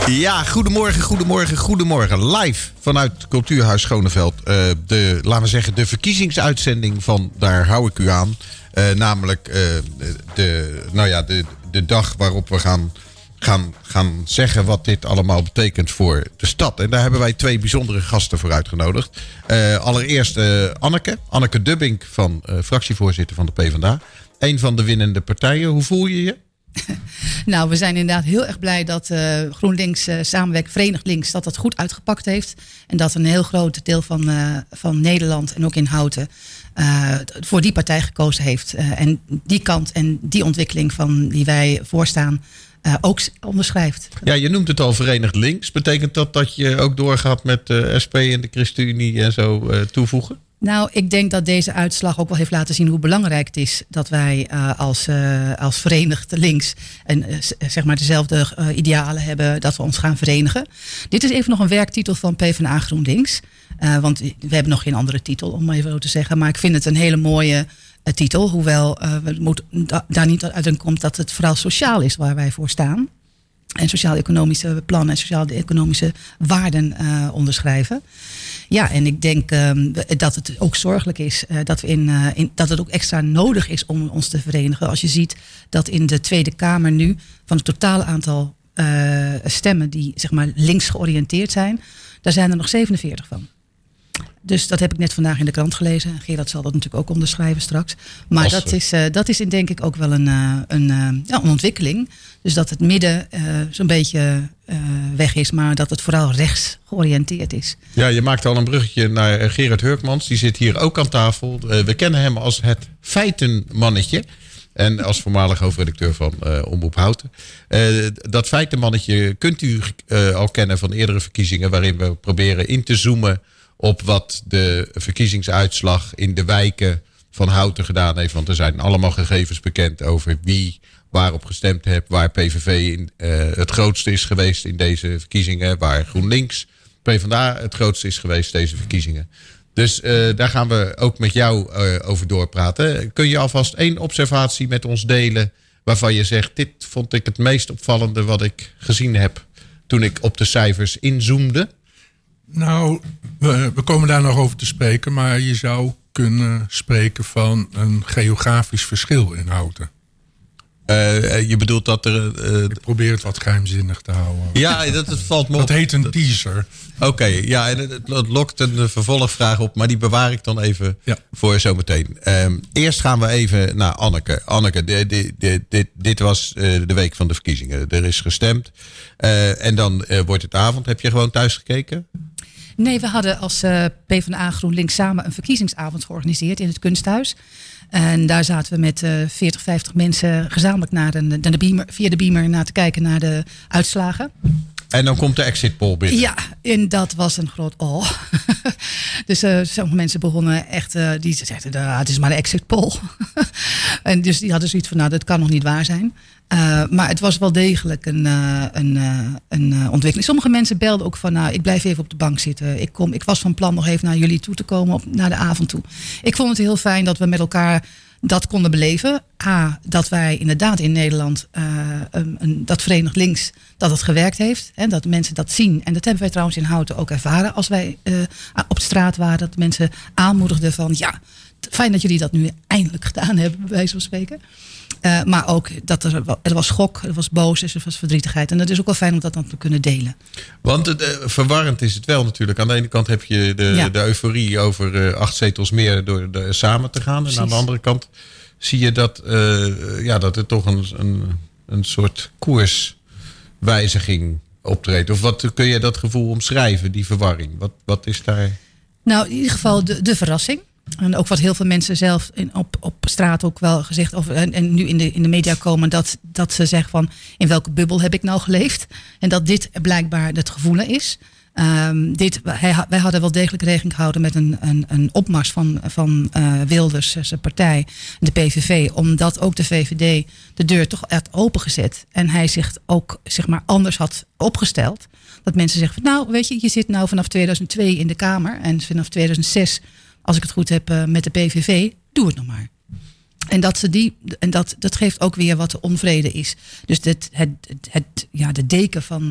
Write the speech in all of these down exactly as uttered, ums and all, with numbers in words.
Ja, goedemorgen, goedemorgen, goedemorgen. Live vanuit Cultuurhuis Schoneveld. Uh, de, laten we zeggen, de verkiezingsuitzending van Daar hou ik u aan. Uh, namelijk uh, de, nou ja, de, de dag waarop we gaan, gaan, gaan zeggen wat dit allemaal betekent voor de stad. En daar hebben wij twee bijzondere gasten voor uitgenodigd. Uh, allereerst uh, Anneke. Anneke Dubbink, van uh, fractievoorzitter van de PvdA. Een van de winnende partijen. Hoe voel je je? Nou, we zijn inderdaad heel erg blij dat uh, GroenLinks uh, samenwerkt, Verenigd Links, dat dat goed uitgepakt heeft. En dat een heel groot deel van, uh, van Nederland en ook in Houten uh, voor die partij gekozen heeft. Uh, en die kant en die ontwikkeling van die wij voorstaan uh, ook onderschrijft. Ja, je noemt het al Verenigd Links. Betekent dat dat je ook doorgaat met de uh, S P en de ChristenUnie en zo uh, toevoegen? Nou, ik denk dat deze uitslag ook wel heeft laten zien hoe belangrijk het is dat wij uh, als, uh, als Verenigd Links en, uh, zeg maar dezelfde uh, idealen hebben, dat we ons gaan verenigen. Dit is even nog een werktitel van PvdA GroenLinks. Uh, want we hebben nog geen andere titel, om maar even zo te zeggen. Maar ik vind het een hele mooie uh, titel. Hoewel uh, we moet, da, daar niet uit komt dat het vooral sociaal is waar wij voor staan. En sociaal-economische plannen en sociaal-economische waarden uh, onderschrijven. Ja, en ik denk um, dat het ook zorgelijk is uh, dat, we in, uh, in, dat het ook extra nodig is om ons te verenigen. Als je ziet dat in de Tweede Kamer nu van het totale aantal uh, stemmen die zeg maar links georiënteerd zijn, daar zijn er nog zevenenveertig van. Dus dat heb ik net vandaag in de krant gelezen. Gerard zal dat natuurlijk ook onderschrijven straks. Maar Als, dat is, uh, dat is denk ik ook wel een, uh, een, uh, ja, een ontwikkeling. Dus dat het midden uh, zo'n beetje uh, weg is, maar dat het vooral rechts georiënteerd is. Ja, je maakt al een bruggetje naar Gerard Hurkmans. Die zit hier ook aan tafel. Uh, we kennen hem als het feitenmannetje. En als voormalig hoofdredacteur van uh, Omroep Houten. Uh, dat feitenmannetje kunt u uh, al kennen van eerdere verkiezingen, waarin we proberen in te zoomen op wat de verkiezingsuitslag in de wijken van Houten gedaan heeft. Want er zijn allemaal gegevens bekend over wie waarop gestemd heeft. Waar P V V in, uh, het grootste is geweest in deze verkiezingen. Waar GroenLinks, PvdA het grootste is geweest deze verkiezingen. Dus uh, daar gaan we ook met jou uh, over doorpraten. Kun je alvast één observatie met ons delen waarvan je zegt, dit vond ik het meest opvallende wat ik gezien heb toen ik op de cijfers inzoomde? Nou, we, we komen daar nog over te spreken, maar je zou kunnen spreken van een geografisch verschil in Houten. Uh, je bedoelt dat er... Uh, Ik probeer het wat geheimzinnig te houden. Ja, dat, dat valt me op. Dat heet een teaser. Oké, okay, ja, en het, het lokt een vervolgvraag op, maar die bewaar ik dan even ja. voor zometeen. Um, eerst gaan we even naar Anneke. Anneke, dit, dit, dit, dit was uh, de week van de verkiezingen. Er is gestemd. Uh, en dan uh, wordt het avond. Heb je gewoon thuis gekeken? Nee, we hadden als uh, PvdA GroenLinks samen een verkiezingsavond georganiseerd in het Kunsthuis. En daar zaten we met uh, veertig, vijftig mensen gezamenlijk naar de, naar de beamer, via de beamer naar te kijken naar de uitslagen. En dan komt de exit poll binnen. Ja, en dat was een groot oh. Dus uh, sommige mensen begonnen echt, uh, die zeiden, uh, het is maar een exit poll. En dus die hadden zoiets van, nou, dat kan nog niet waar zijn. Uh, maar het was wel degelijk een, uh, een, uh, een uh, ontwikkeling. Sommige mensen belden ook van, nou, ik blijf even op de bank zitten. Ik, kom, ik was van plan nog even naar jullie toe te komen, op, naar de avond toe. Ik vond het heel fijn dat we met elkaar dat konden beleven. A, dat wij inderdaad in Nederland, uh, een, een, dat Verenigd Links, dat het gewerkt heeft. Hè, dat mensen dat zien. En dat hebben wij trouwens in Houten ook ervaren. Als wij uh, op straat waren, dat mensen aanmoedigden van, ja, fijn dat jullie dat nu eindelijk gedaan hebben, bij wijze van spreken. Uh, maar ook dat er, er was schok, er was boos, er was verdrietigheid. En dat is ook wel fijn om dat dan te kunnen delen. Want uh, verwarrend is het wel natuurlijk. Aan de ene kant heb je de, ja. de euforie over uh, acht zetels meer door de, samen te gaan. Precies. En aan de andere kant zie je dat, uh, ja, dat er toch een, een, een soort koerswijziging optreedt. Of wat kun je dat gevoel omschrijven, die verwarring? Wat, wat is daar? Nou, in ieder geval de, de verrassing. En ook wat heel veel mensen zelf in, op, op straat ook wel gezegd, of, en, en nu in de, in de media komen, dat, dat ze zeggen van, in welke bubbel heb ik nou geleefd? En dat dit blijkbaar het gevoel is. Um, dit, hij, wij hadden wel degelijk rekening gehouden met een, een, een opmars van, van uh, Wilders, zijn partij, de P V V, omdat ook de V V D de deur toch had opengezet. En hij zich ook zeg maar, anders had opgesteld. Dat mensen zeggen van, nou weet je, je zit nou vanaf tweeduizend twee in de Kamer en vanaf tweeduizend zes... als ik het goed heb uh, met de P V V, doe het nog maar. En, dat, ze die, en dat, dat geeft ook weer wat de onvrede is. Dus het, het, het, ja, de deken van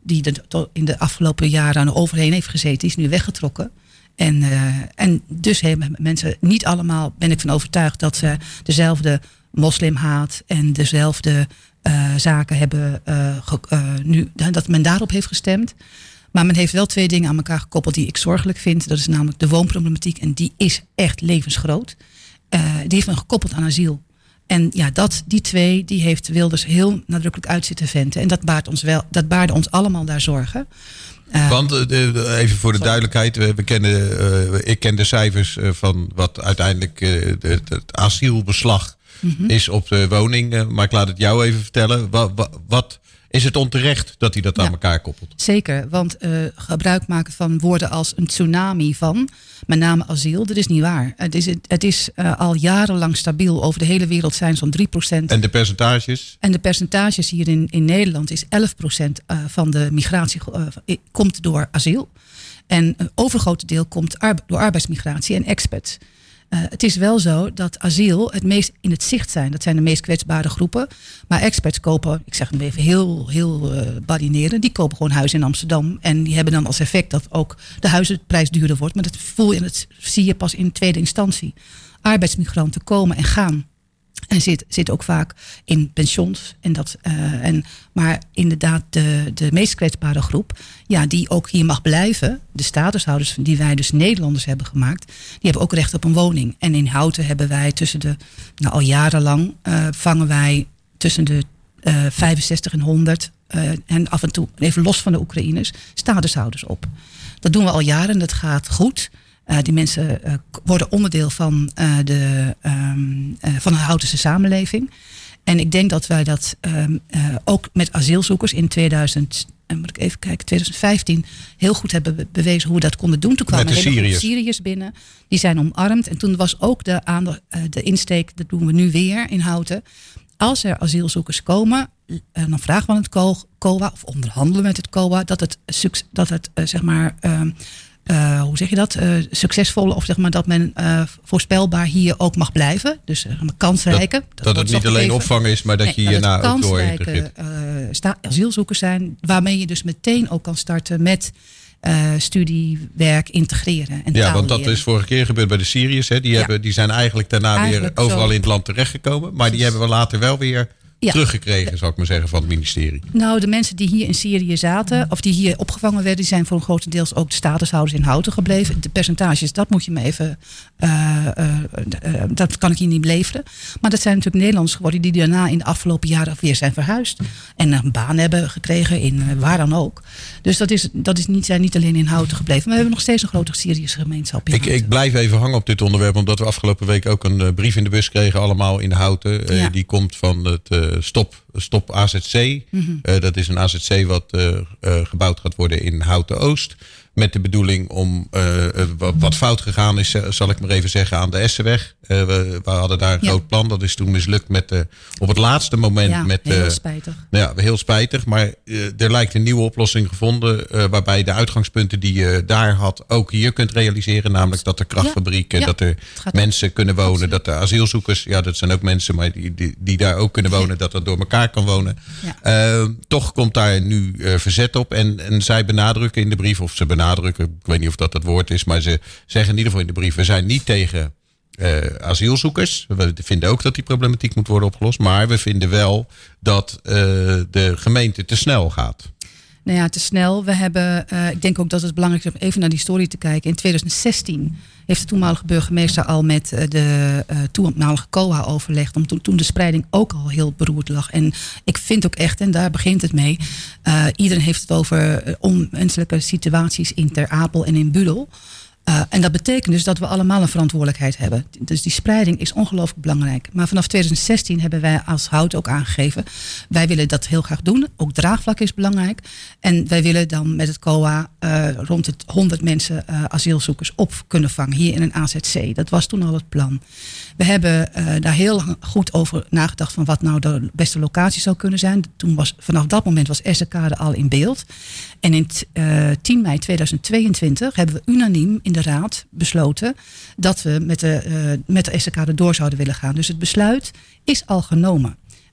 die er in de afgelopen jaren aan de overheen heeft gezeten, die is nu weggetrokken. En, uh, en dus hebben mensen niet allemaal, ben ik van overtuigd, dat ze dezelfde moslimhaat en dezelfde uh, zaken hebben uh, ge, uh, nu, dat men daarop heeft gestemd. Maar men heeft wel twee dingen aan elkaar gekoppeld die ik zorgelijk vind. Dat is namelijk de woonproblematiek en die is echt levensgroot. Uh, die heeft men gekoppeld aan asiel. En ja, dat, die twee, die heeft Wilders heel nadrukkelijk uit zitten venten. En dat baart ons wel, dat baarde ons allemaal daar zorgen. Uh, Want uh, even voor de duidelijkheid, we, we kennen, uh, ik ken de cijfers uh, van wat uiteindelijk uh, het, het asielbeslag mm-hmm. is op de woning. Uh, maar ik laat het jou even vertellen. Wat, wat, wat is het onterecht dat hij dat ja, aan elkaar koppelt? Zeker, want uh, gebruik maken van woorden als een tsunami van, met name asiel, dat is niet waar. Het is, het is uh, al jarenlang stabiel. Over de hele wereld zijn zo'n drie procent. En de percentages? En de percentages hier in, in Nederland is elf procent uh, van de migratie uh, komt door asiel. En een overgrote deel komt arbe- door arbeidsmigratie en expats. Uh, het is wel zo dat asiel het meest in het zicht zijn. Dat zijn de meest kwetsbare groepen. Maar experts kopen, ik zeg het even heel, heel uh, badineren, die kopen gewoon huizen in Amsterdam. En die hebben dan als effect dat ook de huizenprijs duurder wordt. Maar dat voel je en dat zie je pas in tweede instantie. Arbeidsmigranten komen en gaan. En zit, zit ook vaak in pensions. En dat, uh, en, maar inderdaad, de, de meest kwetsbare groep, ja, die ook hier mag blijven. De statushouders die wij dus Nederlanders hebben gemaakt, die hebben ook recht op een woning. En in Houten hebben wij tussen de, nou al jarenlang, uh, vangen wij tussen de uh, vijfenzestig en honderd. Uh, en af en toe, even los van de Oekraïners, statushouders op. Dat doen we al jaren en dat gaat goed. Uh, die mensen uh, worden onderdeel van, uh, de, um, uh, van de Houtense samenleving. En ik denk dat wij dat um, uh, ook met asielzoekers in tweeduizend, uh, moet ik even kijken, tweeduizend vijftien heel goed hebben be- bewezen hoe we dat konden doen. Toen kwamen met de hele Syriërs. Syriërs binnen. Die zijn omarmd. En toen was ook de, aan de, uh, de insteek, dat doen we nu weer in Houten. Als er asielzoekers komen, uh, dan vragen we aan het C O A, of onderhandelen we met het C O A, dat het, dat het uh, zeg maar... Uh, Uh, hoe zeg je dat? Uh, succesvol, of zeg maar dat men uh, voorspelbaar hier ook mag blijven. Dus uh, kansrijke. Dat, dat, dat het niet alleen even. opvang is, maar dat nee, je hierna ook door integreert. Uh, sta- asielzoekers zijn, waarmee je dus meteen ook kan starten met uh, studie, werk, integreren. En ja, want dat leren. is vorige keer gebeurd bij de Syriërs. Hè. Die, ja. hebben, die zijn eigenlijk daarna eigenlijk weer overal zo. in het land terechtgekomen. Maar die hebben we later wel weer... Ja. teruggekregen, zou ik maar zeggen, van het ministerie. Nou, de mensen die hier in Syrië zaten, of die hier opgevangen werden, die zijn voor een grotendeels ook de statushouders in Houten gebleven. De percentages, dat moet je me even, uh, uh, uh, dat kan ik hier niet leveren. Maar dat zijn natuurlijk Nederlanders geworden die daarna in de afgelopen jaren weer zijn verhuisd. En een baan hebben gekregen in uh, waar dan ook. Dus dat, is, dat is niet, zijn niet alleen in Houten gebleven. Maar we hebben nog steeds een grote Syrische gemeenschap in ik, ik blijf even hangen op dit onderwerp, omdat we afgelopen week ook een uh, brief in de bus kregen, allemaal in Houten. Uh, ja. Die komt van het uh, Stop, Stop A Z C. Mm-hmm. Uh, dat is een A Z C wat uh, uh, gebouwd gaat worden in Houten-Oost. Met de bedoeling om uh, wat fout gegaan is, zal ik maar even zeggen, aan de Essenweg. Uh, we, we hadden daar een ja. groot plan. Dat is toen mislukt met de, op het laatste moment. Ja, met, heel uh, spijtig. Nou ja, heel spijtig. Maar uh, er lijkt een nieuwe oplossing gevonden. Uh, waarbij de uitgangspunten die je daar had ook hier kunt realiseren. Namelijk dat er krachtfabrieken, ja, ja, dat er mensen kunnen wonen. Absoluut. Dat er asielzoekers, ja dat zijn ook mensen, maar die, die, die daar ook kunnen wonen. Ja. Dat dat door elkaar kan wonen. Ja. Uh, toch komt daar nu uh, verzet op. En, en zij benadrukken in de brief, of ze benadrukken. Ik weet niet of dat het woord is, maar ze zeggen in ieder geval in de brief: we zijn niet tegen uh, asielzoekers. We vinden ook dat die problematiek moet worden opgelost. Maar we vinden wel dat uh, de gemeente te snel gaat. Nou ja, te snel. We hebben, uh, ik denk ook dat het belangrijk is om even naar die story te kijken. In tweeduizend zestien heeft de toenmalige burgemeester al met de uh, toenmalige C O A overlegd. Om to- toen de spreiding ook al heel beroerd lag. En ik vind ook echt, en daar begint het mee. Uh, iedereen heeft het over onmenselijke situaties in Ter Apel en in Budel. Uh, en dat betekent dus dat we allemaal een verantwoordelijkheid hebben. Dus die spreiding is ongelooflijk belangrijk. Maar vanaf tweeduizend zestien hebben wij als Hout ook aangegeven. Wij willen dat heel graag doen. Ook draagvlak is belangrijk. En wij willen dan met het C O A uh, rond het honderd mensen uh, asielzoekers op kunnen vangen. Hier in een A Z C. Dat was toen al het plan. We hebben uh, daar heel goed over nagedacht van wat nou de beste locatie zou kunnen zijn. Toen was, vanaf dat moment was Essekade al in beeld. En in t, uh, tien mei tweeduizend tweeëntwintig hebben we unaniem in de Raad besloten dat we met de, uh, met de Essekade door zouden willen gaan. Dus het besluit is al genomen.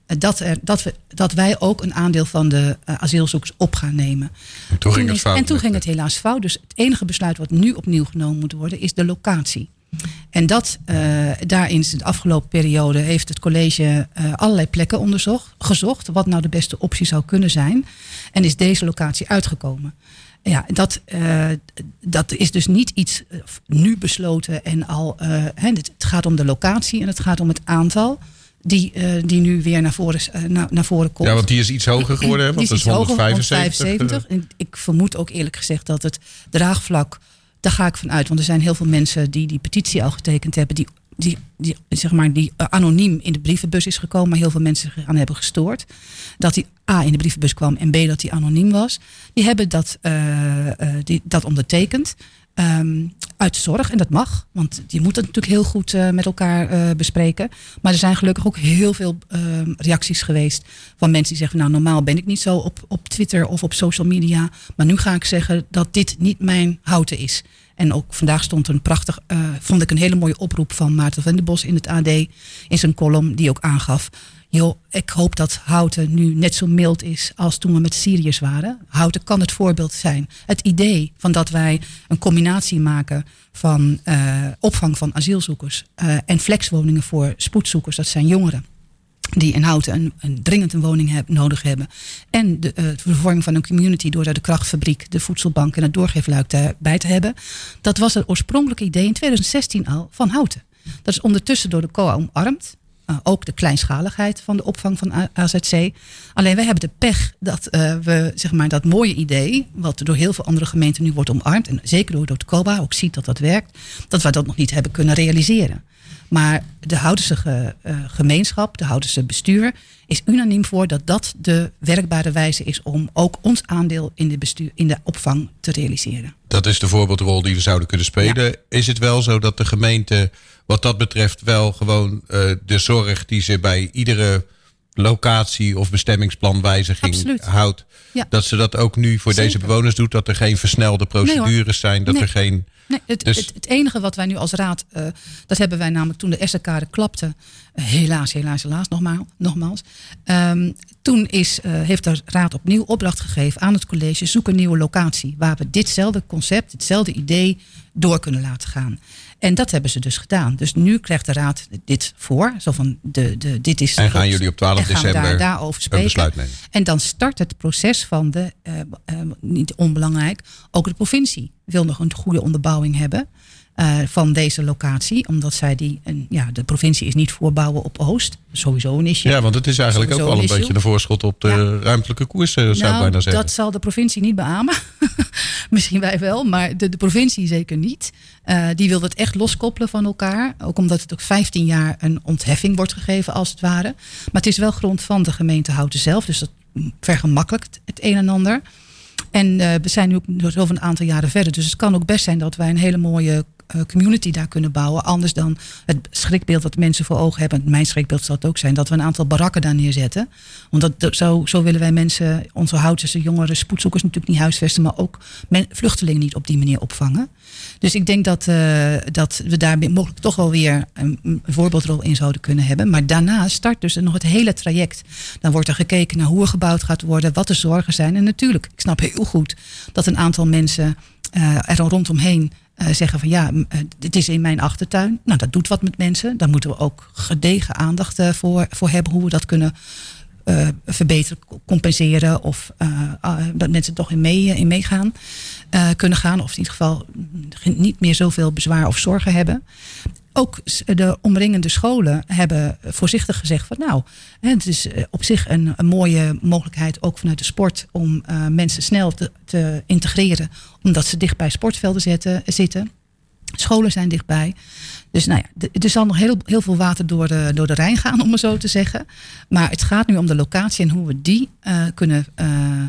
Dat, er, dat, we, dat wij ook een aandeel van de uh, asielzoekers op gaan nemen. En toen ging het is, fout. En toen ging het helaas fout. Dus het enige besluit wat nu opnieuw genomen moet worden is de locatie. En dat, uh, daarin is de afgelopen periode heeft het college uh, allerlei plekken onderzocht, gezocht. Wat nou de beste optie zou kunnen zijn. En is deze locatie uitgekomen. Ja, dat, uh, dat is dus niet iets uh, nu besloten en al. Uh, hè, het gaat om de locatie en het gaat om het aantal. Die, uh, die nu weer naar voren, uh, naar, naar voren komt. Ja, want die is iets hoger geworden. Hè? Want die is dat is iets hoger, honderdvijfenzeventig. honderdvijfenzeventig. En ik vermoed ook eerlijk gezegd dat het draagvlak, daar ga ik van uit. Want er zijn heel veel mensen die die petitie al getekend hebben. Die, die, die, zeg maar, die uh, anoniem in de brievenbus is gekomen. Maar heel veel mensen zich aan hebben gestoord. Dat die A in de brievenbus kwam en B dat die anoniem was. Die hebben dat, uh, uh, die, dat ondertekend. Um, uit zorg, en dat mag, want je moet het natuurlijk heel goed uh, met elkaar uh, bespreken. Maar er zijn gelukkig ook heel veel uh, reacties geweest van mensen die zeggen, nou normaal ben ik niet zo op, op Twitter of op social media, maar nu ga ik zeggen dat dit niet mijn houten is. En ook vandaag stond een prachtig, uh, vond ik een hele mooie oproep van Maarten van der Bos in het A D, in zijn column, die ook aangaf, joh, ik hoop dat Houten nu net zo mild is als toen we met Syriërs waren. Houten kan het voorbeeld zijn. Het idee van dat wij een combinatie maken van uh, opvang van asielzoekers uh, en flexwoningen voor spoedzoekers, dat zijn jongeren die in Houten een, een dringend een woning heb, nodig hebben. En de, uh, de vervorming van een community door daar de krachtfabriek, de voedselbank en het doorgeefluik daarbij te hebben. Dat was het oorspronkelijke idee in twintig zestien al van Houten. Dat is ondertussen door de C O A omarmd. Uh, ook de kleinschaligheid van de opvang van A Z C. Alleen wij hebben de pech dat uh, we zeg maar, dat mooie idee, wat door heel veel andere gemeenten nu wordt omarmd, en zeker door, door het C O B A ook ziet dat dat werkt, dat wij dat nog niet hebben kunnen realiseren. Maar de Houtense ge, uh, gemeenschap, de Houtense bestuur, is unaniem voor dat dat de werkbare wijze is om ook ons aandeel in de, bestuur, in de opvang te realiseren. Dat is de voorbeeldrol die we zouden kunnen spelen. Ja. Is het wel zo dat de gemeente wat dat betreft wel gewoon uh, de zorg die ze bij iedere locatie of bestemmingsplanwijziging Absoluut. houdt, ja. dat ze dat ook nu voor Zeker. deze bewoners doet, dat er geen versnelde procedures nee, zijn, dat nee. er geen... Nee, het, dus... het, het enige wat wij nu als raad, uh, dat hebben wij namelijk toen de S R K klapte, uh, helaas, helaas, helaas, nogmaals. nogmaals um, toen is, uh, heeft de raad opnieuw opdracht gegeven aan het college, zoek een nieuwe locatie, waar we ditzelfde concept, hetzelfde idee door kunnen laten gaan. En dat hebben ze dus gedaan. Dus nu krijgt de raad dit voor. Zo van de, de, dit is en gaan goed, jullie op twaalf december daar, daarover spreken. Een besluit nemen. En dan start het proces van de, uh, uh, niet onbelangrijk, ook de provincie wil nog een goede onderbouwing hebben uh, van deze locatie. Omdat zij die, en ja, de provincie is niet voorbouwen op Oost. Sowieso een issue. Ja, want het is eigenlijk sowieso ook wel een, een beetje een voorschot op de ja. ruimtelijke koers, zou ik nou, bijna zeggen. Dat zal de provincie niet beamen. Misschien wij wel, maar de, de provincie zeker niet. Uh, die wil het echt loskoppelen van elkaar. Ook omdat het ook vijftien jaar een ontheffing wordt gegeven als het ware. Maar het is wel grond van de gemeente Houten zelf. Dus dat vergemakkelijkt het een en ander. En uh, we zijn nu ook zo van een aantal jaren verder. Dus het kan ook best zijn dat wij een hele mooie uh, community daar kunnen bouwen. Anders dan het schrikbeeld wat mensen voor ogen hebben. Mijn schrikbeeld zal het ook zijn dat we een aantal barakken daar neerzetten. Want dat, zo, zo willen wij mensen, onze Houtense jongeren, spoedzoekers natuurlijk niet huisvesten. Maar ook men, vluchtelingen niet op die manier opvangen. Dus ik denk dat, uh, dat we daar mogelijk toch wel weer een, een voorbeeldrol in zouden kunnen hebben. Maar daarna start dus nog het hele traject. Dan wordt er gekeken naar hoe er gebouwd gaat worden, wat de zorgen zijn. En natuurlijk, ik snap heel goed dat een aantal mensen uh, er rondomheen uh, zeggen van ja, uh, dit is in mijn achtertuin. Nou, dat doet wat met mensen. Daar moeten we ook gedegen aandacht uh, voor, voor hebben hoe we dat kunnen Uh, verbeteren, compenseren of uh, uh, dat mensen toch in, mee, in meegaan uh, kunnen gaan. Of in ieder geval niet meer zoveel bezwaar of zorgen hebben. Ook de omringende scholen hebben voorzichtig gezegd van nou, het is op zich een, een mooie mogelijkheid ook vanuit de sport om uh, mensen snel te, te integreren. Omdat ze dicht bij sportvelden zetten, zitten. Scholen zijn dichtbij. Dus nou ja, er zal nog heel, heel veel water door de, door de Rijn gaan, om het zo te zeggen. Maar het gaat nu om de locatie en hoe we die, uh, kunnen, uh,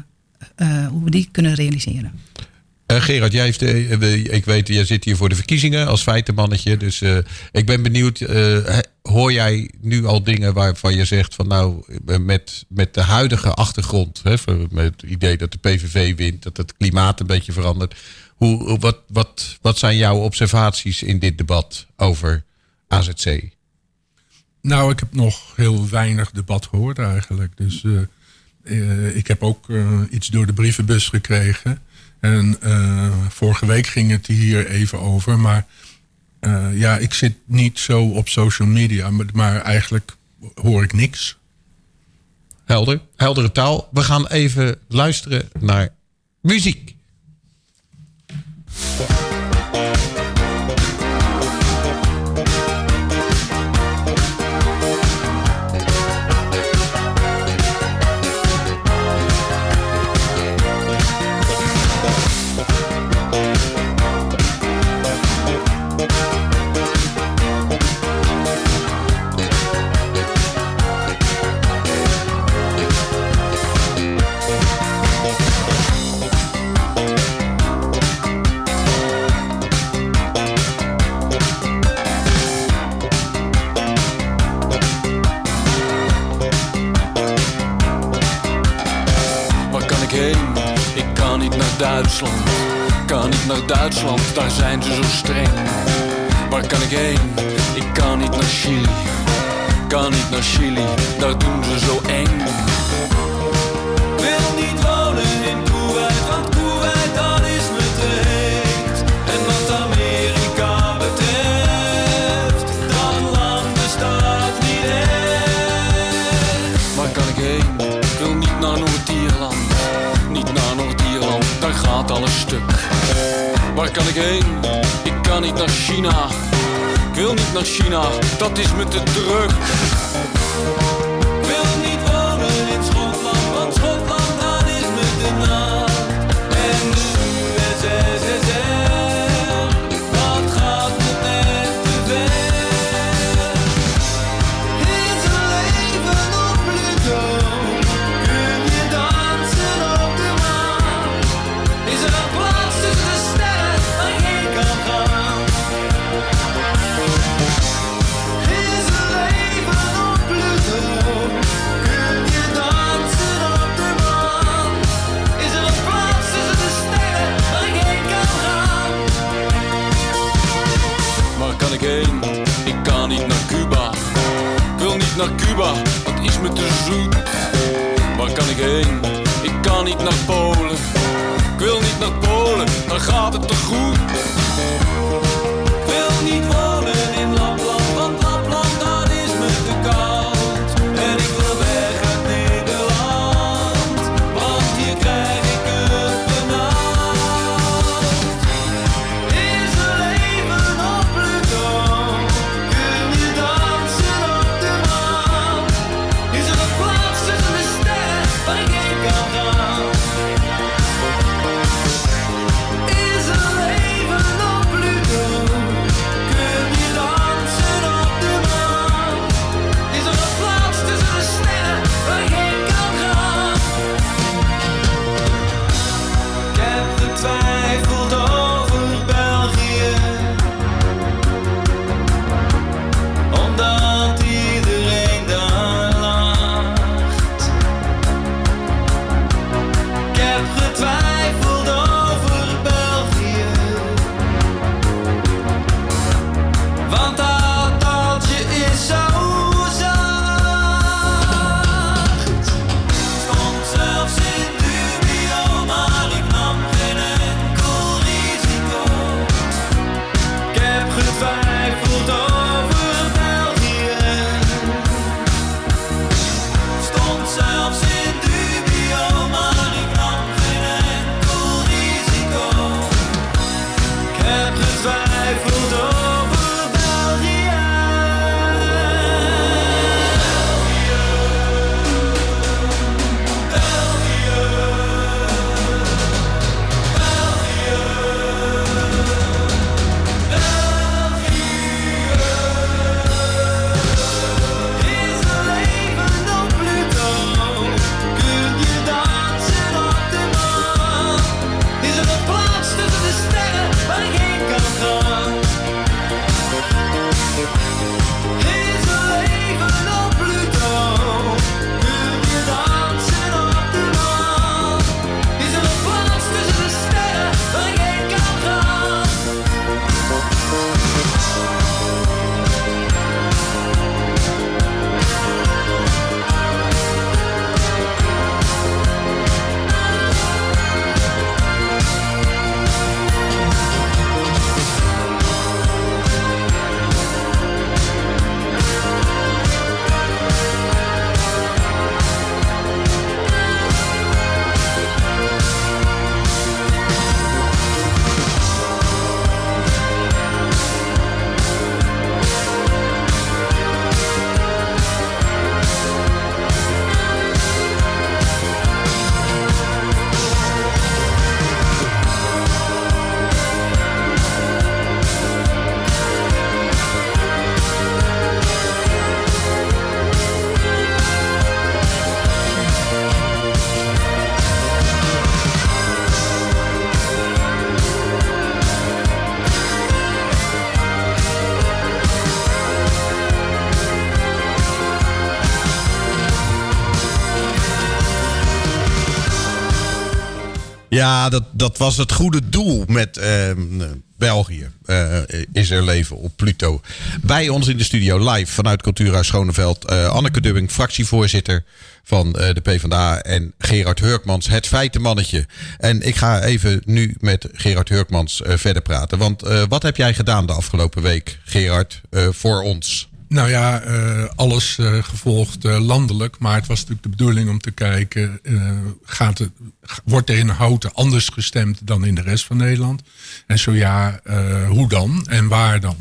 uh, hoe we die kunnen realiseren. Uh, Gerard, jij heeft, uh, ik weet, jij zit hier voor de verkiezingen als feitenmannetje. Dus uh, ik ben benieuwd, uh, hoor jij nu al dingen waarvan je zegt van nou, met, met de huidige achtergrond, hè, met het idee dat de P V V wint, dat het klimaat een beetje verandert. Hoe, wat, wat, wat zijn jouw observaties in dit debat over A Z C? Nou, ik heb nog heel weinig debat gehoord eigenlijk. Dus uh, uh, ik heb ook uh, iets door de brievenbus gekregen. En uh, vorige week ging het hier even over. Maar uh, ja, ik zit niet zo op social media. Maar, maar eigenlijk hoor ik niks. Helder, heldere taal. We gaan even luisteren naar muziek. Duitsland, kan niet naar Duitsland, daar zijn ze zo streng. Waar kan ik heen? Ik kan niet naar Chili, kan niet naar Chili, daar doen ze zo eng. Wil niet wonen in Kuwait, want Kuwait dat is me te heet. En wat Amerika betreft, dat land bestaat niet echt. Waar kan ik heen? Ik wil niet naar Noord-Ierland, niet naar Noord-Ierland, daar gaat alles stuk. Waar kan ik heen? Ik kan niet naar China. Ik wil niet naar China, dat is me te druk. Ik wil niet wonen in Schotland, want Schotland dat is me te nat. En de U S S R, dat gaat me net te ver. Is een leven op Pluto? Kun je dansen op de maan? Is er een plaats tussen de sterren waar ik heen kan gaan? Is een leven op Pluto? Kun je dansen op de maan? Is er een plaats tussen de sterren waar ik heen kan gaan? Waar kan ik heen? Ik kan niet naar Cuba. Ik wil niet naar Cuba, dat is me te zoet. Waar kan ik heen? Ik kan niet naar Polen. Ik wil niet naar Polen, dan gaat het te goed. Ik wil niet wonen in Lapland, want Lapland dat is me te koud. En ik wil weg uit Nederland, want hier krijg ik het benauwd. Is er leven op Pluto? Kun je dansen op de maan? Is er een plaats tussen de sterren waar ik heen kan gaan? Is er leven op Pluto? Kun Ja, dat, dat was het goede doel met uh, België. Uh, is er leven op Pluto. Bij ons in de studio live vanuit Cultuurhuis Schoneveld. Uh, Anneke Dubbing, fractievoorzitter van uh, de PvdA. En Gerard Hurkmans, het feitenmannetje. En ik ga even nu met Gerard Hurkmans uh, verder praten. Want uh, wat heb jij gedaan de afgelopen week, Gerard, uh, voor ons? Nou ja, uh, alles uh, gevolgd uh, landelijk. Maar het was natuurlijk de bedoeling om te kijken... Uh, gaat het, wordt er in Houten anders gestemd dan in de rest van Nederland? En zo ja, uh, hoe dan en waar dan?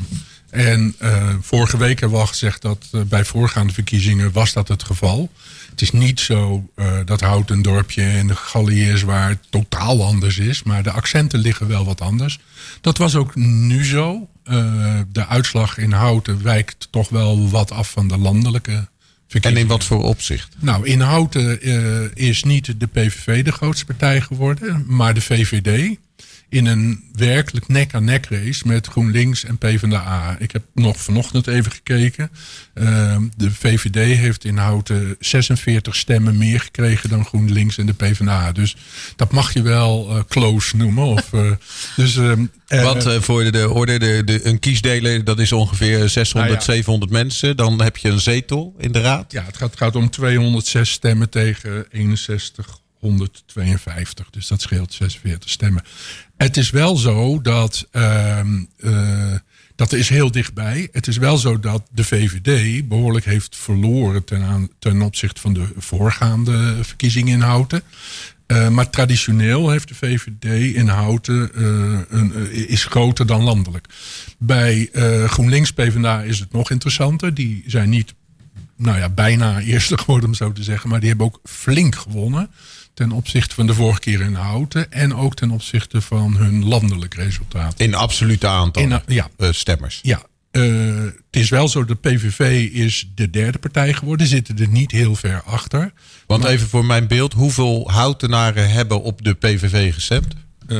En uh, vorige week hebben we al gezegd dat uh, bij voorgaande verkiezingen was dat het geval. Het is niet zo uh, dat Houten een dorpje in de Gallië is waar het totaal anders is. Maar de accenten liggen wel wat anders. Dat was ook nu zo. Uh, de uitslag in Houten wijkt toch wel wat af van de landelijke verkiezingen. En in wat voor opzicht? Nou, in Houten uh, is niet de P V V de grootste partij geworden, maar de V V D. In een werkelijk nek-aan-nek race met GroenLinks en PvdA. Ik heb nog vanochtend even gekeken. Uh, de V V D heeft in Houten zesenveertig stemmen meer gekregen dan GroenLinks en de PvdA. Dus dat mag je wel uh, close noemen. Of, uh, dus, uh, Want uh, voor de orde, de, de, een kiesdeler, dat is ongeveer zeshonderd, nou ja. zevenhonderd mensen. Dan heb je een zetel in de raad. Ja, het gaat, gaat om tweehonderdzes stemmen tegen eenenzestig. honderdtweeënvijftig, dus dat scheelt zesenveertig stemmen. Het is wel zo dat, uh, uh, dat is heel dichtbij. Het is wel zo dat de V V D behoorlijk heeft verloren ten, aan, ten opzichte van de voorgaande verkiezingen in Houten. Uh, maar traditioneel heeft de V V D in Houten uh, een, uh, is groter dan landelijk. Bij uh, GroenLinks PvdA is het nog interessanter. Die zijn niet, nou ja, bijna eerste geworden om zo te zeggen, maar die hebben ook flink gewonnen. Ten opzichte van de vorige keer in Houten. En ook ten opzichte van hun landelijk resultaat. In absolute aantal in, ja. uh, stemmers. Ja. Uh, het is wel zo, de P V V is de derde partij geworden. Zitten er niet heel ver achter. Want maar, even voor mijn beeld. Hoeveel Houtenaren hebben op de P V V gestemd? Uh,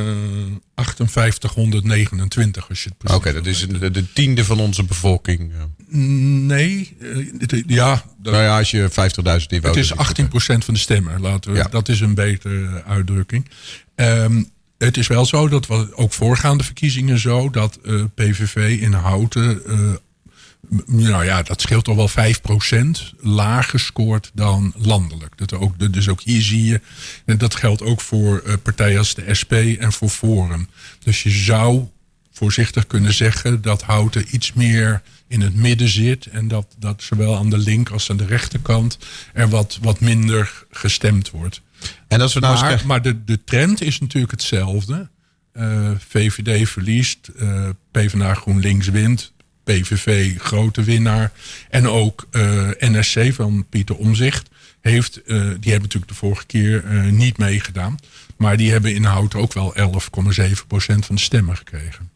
achtenvijftighonderdnegenentwintig als je het precies. Oké, okay, dat is de, de tiende van onze bevolking. Nee, uh, ja. Dat, nou ja, als je vijftigduizend die Het is achttien procent van de stemmen. Laten we, ja. Dat is een betere uitdrukking. Um, het is wel zo, dat was ook voorgaande verkiezingen zo, dat uh, P V V in Houten, uh, nou ja, dat scheelt toch wel vijf procent lager scoort dan landelijk. Dat ook, dus ook hier zie je, en dat geldt ook voor uh, partijen als de S P en voor Forum. Dus je zou voorzichtig kunnen zeggen dat Houten iets meer in het midden zit. En dat, dat zowel aan de link als aan de rechterkant er wat, wat minder gestemd wordt. En als we nou maar eens... maar de, de trend is natuurlijk hetzelfde. Uh, V V D verliest, uh, PvdA GroenLinks wint, P V V grote winnaar. En ook uh, N S C van Pieter Omtzigt heeft, uh, die hebben natuurlijk de vorige keer uh, niet meegedaan. Maar die hebben in Houten ook wel elf komma zeven procent van de stemmen gekregen.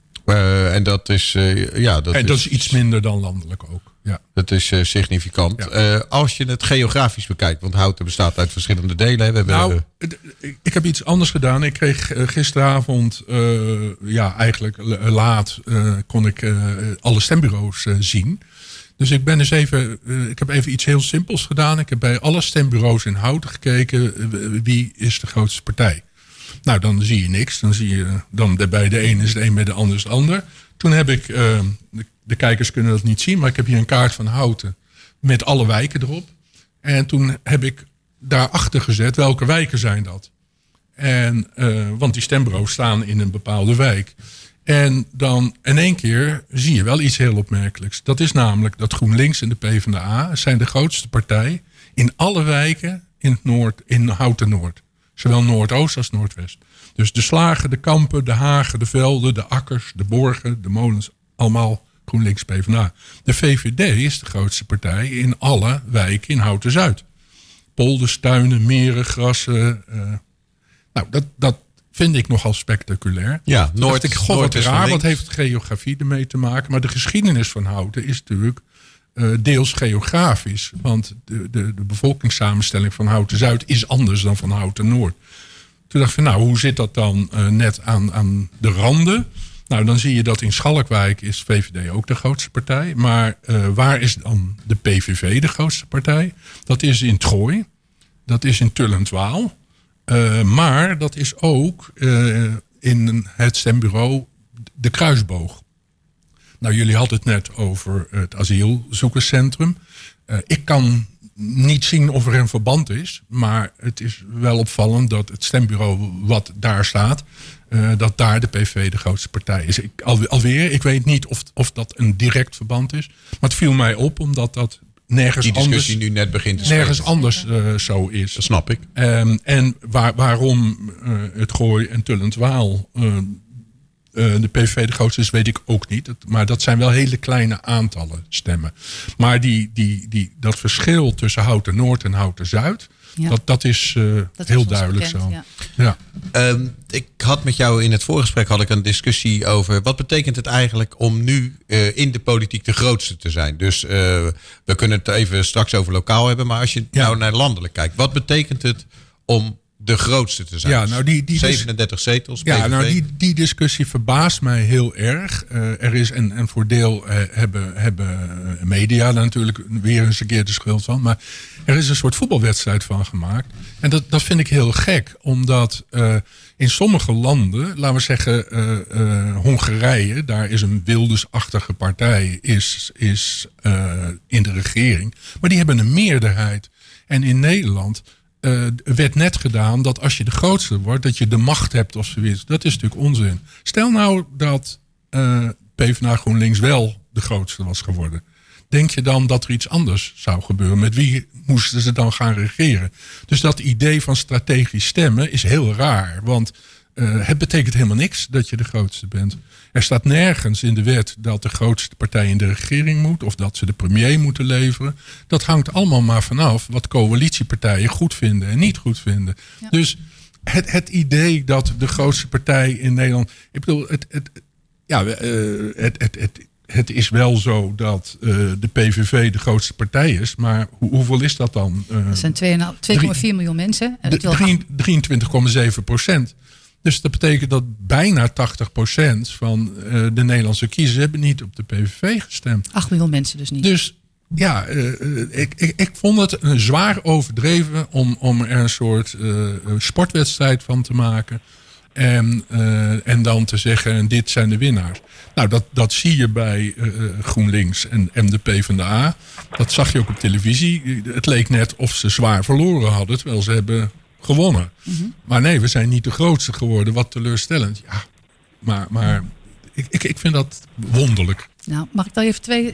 Uh, en dat is, uh, ja, dat en dat is, is iets minder dan landelijk ook. Ja. Dat is uh, significant. Ja. Uh, als je het geografisch bekijkt, want Houten bestaat uit verschillende delen. We hebben, nou, uh, ik heb iets anders gedaan. Ik kreeg uh, gisteravond, uh, ja, eigenlijk laat, uh, kon ik uh, alle stembureaus uh, zien. Dus ik ben eens even, uh, ik heb even iets heel simpels gedaan. Ik heb bij alle stembureaus in Houten gekeken, uh, wie is de grootste partij. Nou, dan zie je niks. Dan zie je, dan bij de een is het een, bij de ander is het ander. Toen heb ik, uh, de, de kijkers kunnen dat niet zien, maar ik heb hier een kaart van Houten met alle wijken erop. En toen heb ik daarachter gezet, welke wijken zijn dat? En, uh, want die stembureaus staan in een bepaalde wijk. En dan in één keer zie je wel iets heel opmerkelijks. Dat is namelijk dat GroenLinks en de PvdA zijn de grootste partij in alle wijken in, het Noord, in Houten-Noord. Zowel Noordoost als Noordwest. Dus de slagen, de kampen, de hagen, de velden, de akkers, de borgen, de molens. Allemaal GroenLinks PvdA. De V V D is de grootste partij in alle wijken in Houten-Zuid. Polders, tuinen, meren, grassen. Uh, nou, dat, dat vind ik nogal spectaculair. Ja, Noord, ik, god, wat raar, wat heeft geografie ermee te maken? Maar de geschiedenis van Houten is natuurlijk uh, deels geografisch. Want de, de, de bevolkingssamenstelling van Houten-Zuid is anders dan van Houten-Noord. Toen dacht ik van, nou, hoe zit dat dan uh, net aan, aan de randen? Nou, dan zie je dat in Schalkwijk is V V D ook de grootste partij. Maar uh, waar is dan de P V V de grootste partij? Dat is in 't Gooi. Dat is in Tullentwaal. Uh, maar dat is ook uh, in het stembureau de Kruisboog. Nou, jullie hadden het net over het asielzoekerscentrum. Uh, ik kan niet zien of er een verband is. Maar het is wel opvallend dat het stembureau wat daar staat... Uh, dat daar de P V V de grootste partij is. Ik, al, alweer, ik weet niet of, of dat een direct verband is. Maar het viel mij op, omdat dat nergens Die discussie anders, nu net begint te nergens spelen. anders uh, zo is. Dat snap ik. Um, en waar, waarom uh, het Gooi en Tullentwaal uh, uh, de P V V de grootste is, weet ik ook niet. Het, maar dat zijn wel hele kleine aantallen stemmen. Maar die, die, die, dat verschil tussen Houten Noord en Houten Zuid... Ja. Dat, dat is uh, dat heel is duidelijk bekend, zo. Ja. Ja. Um, ik had met jou in het voorgesprek had ik een discussie over... wat betekent het eigenlijk om nu uh, in de politiek de grootste te zijn? Dus uh, we kunnen het even straks over lokaal hebben... maar als je ja. nou naar landelijk kijkt... wat betekent het om de grootste te zijn? Ja, nou die, die zevenendertig zetels, P V V. Ja, nou die, die discussie verbaast mij heel erg. Uh, er is, en, en voor deel uh, hebben, hebben media daar natuurlijk weer eens een keer de schuld van... maar er is een soort voetbalwedstrijd van gemaakt. En dat, dat vind ik heel gek, omdat uh, in sommige landen... laten we zeggen uh, uh, Hongarije, daar is een Wilders-achtige partij... is, is uh, in de regering, maar die hebben een meerderheid. En in Nederland... Uh, werd net gedaan dat als je de grootste wordt... dat je de macht hebt of zoiets. Dat is natuurlijk onzin. Stel nou dat uh, PvdA GroenLinks wel de grootste was geworden. Denk je dan dat er iets anders zou gebeuren? Met wie moesten ze dan gaan regeren? Dus dat idee van strategisch stemmen is heel raar. Want uh, het betekent helemaal niks dat je de grootste bent. Er staat nergens in de wet dat de grootste partij in de regering moet... of dat ze de premier moeten leveren. Dat hangt allemaal maar vanaf wat coalitiepartijen goed vinden en niet goed vinden. Ja. Dus het, het idee dat de grootste partij in Nederland... Ik bedoel, het, het, ja, uh, het, het, het, het is wel zo dat uh, de P V V de grootste partij is. Maar hoe, hoeveel is dat dan? Uh, dat zijn twee komma vier miljoen mensen. En dat drieëntwintig komma zeven procent. Dus dat betekent dat bijna tachtig procent van uh, de Nederlandse kiezers... hebben niet op de P V V gestemd. acht miljoen mensen dus niet. Dus ja, uh, ik, ik, ik vond het een zwaar overdreven... om, om er een soort uh, sportwedstrijd van te maken. En, uh, en dan te zeggen, dit zijn de winnaars. Nou, dat, dat zie je bij uh, GroenLinks en, en de PvdA. Dat zag je ook op televisie. Het leek net of ze zwaar verloren hadden... terwijl ze hebben... gewonnen. Mm-hmm. Maar nee, we zijn niet de grootste geworden. Wat teleurstellend. Ja, maar, maar ik, ik, ik vind dat wonderlijk. Nou, mag ik daar even twee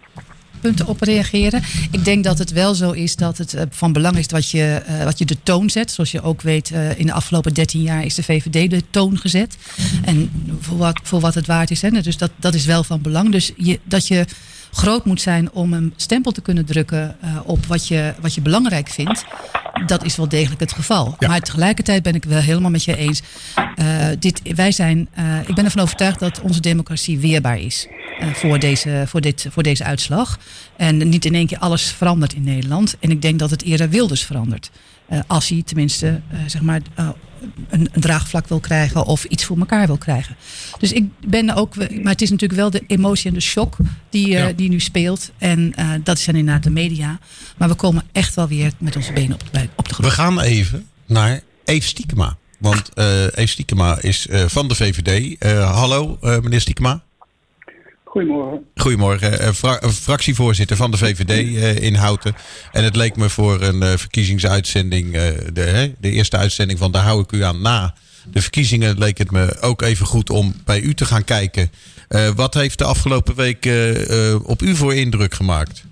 punten op reageren? Ik denk dat het wel zo is dat het van belang is wat je, uh, wat je de toon zet. Zoals je ook weet, uh, in de afgelopen dertien jaar is de V V D de toon gezet. En voor wat, voor wat het waard is. Hè? Dus dat, dat is wel van belang. Dus je, dat je groot moet zijn om een stempel te kunnen drukken uh, op wat je, wat je belangrijk vindt. Dat is wel degelijk het geval. Ja. Maar tegelijkertijd ben ik wel helemaal met je eens. Uh, dit, wij zijn, uh, ik ben ervan overtuigd dat onze democratie weerbaar is. Uh, voor, deze, voor, dit, voor deze uitslag. En niet in één keer alles verandert in Nederland. En ik denk dat het eerder Wilders verandert. Uh, als hij tenminste uh, zeg maar, uh, een, een draagvlak wil krijgen of iets voor elkaar wil krijgen. Dus ik ben ook, maar het is natuurlijk wel de emotie en de shock die, uh, ja. die nu speelt. En uh, dat zijn inderdaad de media. Maar we komen echt wel weer met onze benen op de, op de grond. We gaan even naar Eve Stiekema. Want uh, Eve Stiekema is uh, van de V V D. Uh, hallo, uh, meneer Stiekema. Goedemorgen. Goedemorgen. Uh, fra- fractievoorzitter van de V V D uh, in Houten. En het leek me voor een uh, verkiezingsuitzending, uh, de, hè, de eerste uitzending van Daar hou ik u aan na de verkiezingen, leek het me ook even goed om bij u te gaan kijken. Uh, wat heeft de afgelopen week uh, uh, op u voor indruk gemaakt?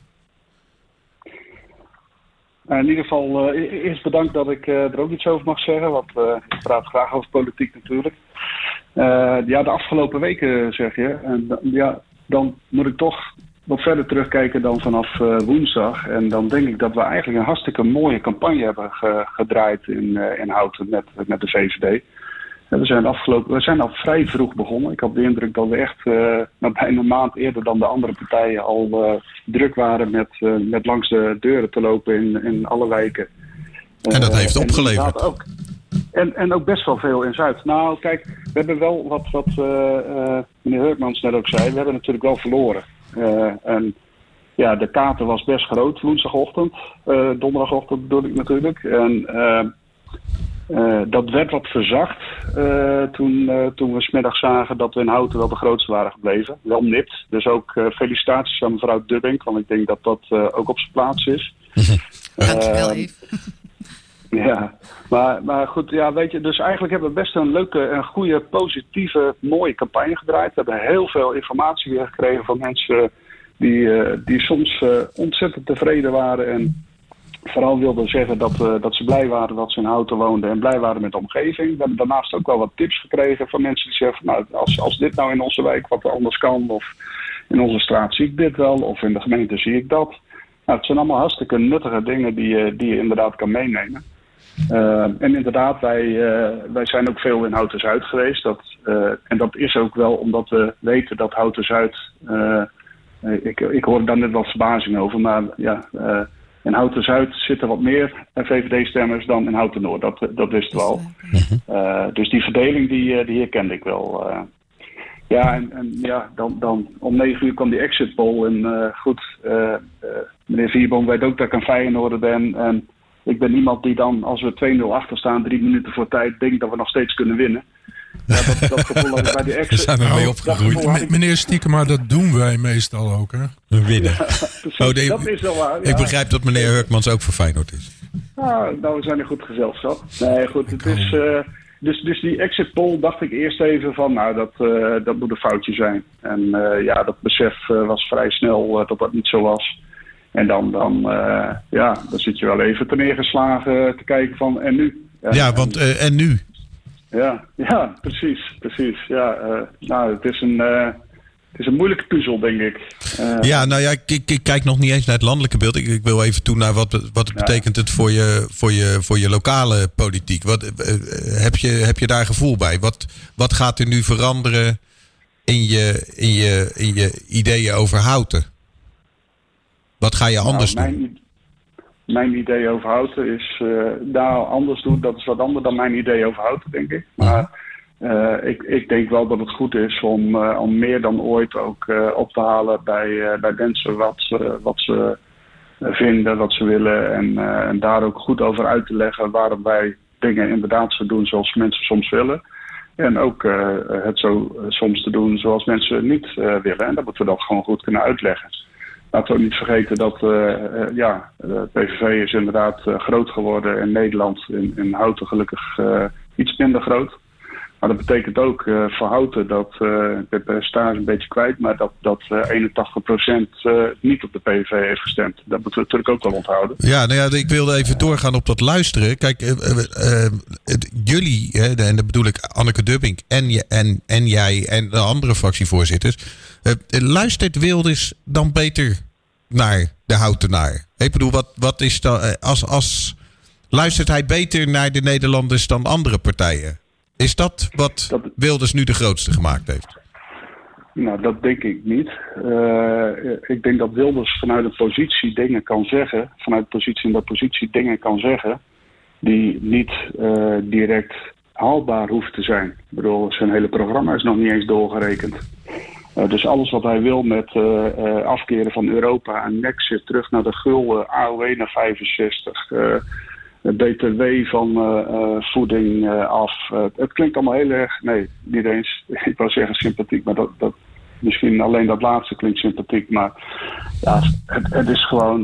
Uh, in ieder geval uh, eerst bedankt dat ik uh, er ook iets over mag zeggen. Want uh, ik praat graag over politiek natuurlijk. Uh, ja, de afgelopen weken zeg je. En ja, dan moet ik toch wat verder terugkijken dan vanaf uh, woensdag. En dan denk ik dat we eigenlijk een hartstikke mooie campagne hebben ge- gedraaid in, uh, in Houten met, met de V V D. Uh, we, zijn afgelopen, we zijn al vrij vroeg begonnen. Ik had de indruk dat we echt uh, nou, bijna een maand eerder dan de andere partijen al uh, druk waren met, uh, met langs de deuren te lopen in, in alle wijken. Uh, en dat heeft opgeleverd. Ook, en, en ook best wel veel in Zuid. Nou kijk, we hebben wel wat, wat uh, uh, meneer Heurtmans net ook zei. We hebben natuurlijk wel verloren. Uh, en ja, de kater was best groot woensdagochtend. Uh, donderdagochtend bedoel ik natuurlijk. En uh, Uh, dat werd wat verzacht uh, toen, uh, toen we 's middags zagen dat we in Houten wel de grootste waren gebleven. Wel nipt. Dus ook uh, felicitaties aan mevrouw Dubbink, want ik denk dat dat uh, ook op zijn plaats is. Dankjewel, uh, Eve. Ja, maar, maar goed, ja, weet je, dus eigenlijk hebben we best een leuke en goede, positieve, mooie campagne gedraaid. We hebben heel veel informatie weer gekregen van mensen die, uh, die soms uh, ontzettend tevreden waren en vooral wilden zeggen dat, uh, dat ze blij waren dat ze in Houten woonden en blij waren met de omgeving. We hebben daarnaast ook wel wat tips gekregen van mensen die zeggen van, nou, als, als dit nou in onze wijk wat anders kan, of in onze straat zie ik dit wel, of in de gemeente zie ik dat. Nou, het zijn allemaal hartstikke nuttige dingen die, uh, die je inderdaad kan meenemen. Uh, en inderdaad, wij, uh, wij zijn ook veel in Houten-Zuid geweest. Dat, uh, en dat is ook wel omdat we weten dat Houten-Zuid... Uh, ik, ik hoor daar net wat verbazing over, maar ja... Uh, in Houten-Zuid zitten wat meer V V D-stemmers dan in Houten-Noord. Dat, dat wisten we al. Uh, dus die verdeling, die, die herkende ik wel. Uh, ja, en, en ja, dan, dan om negen uur kwam die exit poll. En uh, goed, uh, uh, meneer Vierboom weet ook dat ik een Feyenoorder ben. En ik ben iemand die dan, als we twee nul achter staan, drie minuten voor tijd, denkt dat we nog steeds kunnen winnen. Ja, dat, dat gevoel had ik bij die exit. Daar zijn we mee opgegroeid. Ik... Meneer Stiekema, dat doen wij meestal ook, hè? We winnen. Ja, oh, nee, dat is wel waar. Ja. Ik begrijp dat meneer Hurkmans ook voor Feyenoord is. Ah, nou, we zijn een goed gezelschap. Nee, goed, het is... Uh, dus, dus die exit poll dacht ik eerst even van, nou, dat, uh, dat moet een foutje zijn. En uh, ja, dat besef uh, was vrij snel uh, dat dat niet zo was. En dan, dan, uh, ja, dan zit je wel even te neergeslagen te kijken van, en nu? Ja, ja want, uh, en nu? Ja, ja, precies, precies. Ja, uh, nou, het is een, uh, het is een moeilijke puzzel, denk ik. Uh, ja, nou ja, ik, ik kijk nog niet eens naar het landelijke beeld. Ik, ik wil even toe naar wat, wat het ja. betekent het voor je, voor je, voor je lokale politiek. Wat, uh, heb, je, heb je daar gevoel bij? Wat, wat gaat er nu veranderen in je, in je, in je ideeën over Houten? Wat ga je anders nou, doen? Mijn, mijn idee over Houten is uh, daar anders doen. Dat is wat anders dan mijn idee over Houten, denk ik. Maar uh, ik, ik denk wel dat het goed is om, uh, om meer dan ooit ook uh, op te halen bij, uh, bij mensen wat, uh, wat ze vinden, wat ze willen. En, uh, en daar ook goed over uit te leggen waarom wij dingen inderdaad zo doen zoals mensen soms willen. En ook uh, het zo uh, soms te doen zoals mensen niet uh, willen. En dat moeten we dat gewoon goed kunnen uitleggen. Laten we ook niet vergeten dat uh, uh, ja, de P V V is inderdaad uh, groot geworden in Nederland. In, in Houten gelukkig uh, iets minder groot. Maar dat betekent ook uh, voor Houten dat, uh, ik ben de percentage een beetje kwijt, maar dat, dat uh, eenentachtig procent uh, niet op de P V V heeft gestemd. Dat moeten we natuurlijk ook wel onthouden. Ja, nou ja, ik wilde even doorgaan op dat luisteren. Kijk, uh, uh, uh, jullie, hè, en dat bedoel ik Anneke Dubbink en, je, en, en jij en de andere fractievoorzitters. Uh, luistert Wilders dan beter naar de Houtenaar? Ik bedoel, wat, wat is dan, uh, als, als luistert hij beter naar de Nederlanders dan andere partijen? Is dat wat dat, Wilders nu de grootste gemaakt heeft? Nou, dat denk ik niet. Uh, ik denk dat Wilders vanuit een positie dingen kan zeggen, vanuit de positie in dat positie dingen kan zeggen, die niet uh, direct haalbaar hoeft te zijn. Ik bedoel, zijn hele programma is nog niet eens doorgerekend. Uh, dus alles wat hij wil met uh, uh, afkeren van Europa en Nexit, terug naar de gulden, A O E naar vijfenzestig... Uh, B T W van uh, uh, voeding uh, af. Uh, het klinkt allemaal heel erg, nee, niet eens, ik wou zeggen sympathiek, maar dat, dat, misschien alleen dat laatste klinkt sympathiek, maar ja, het, het is gewoon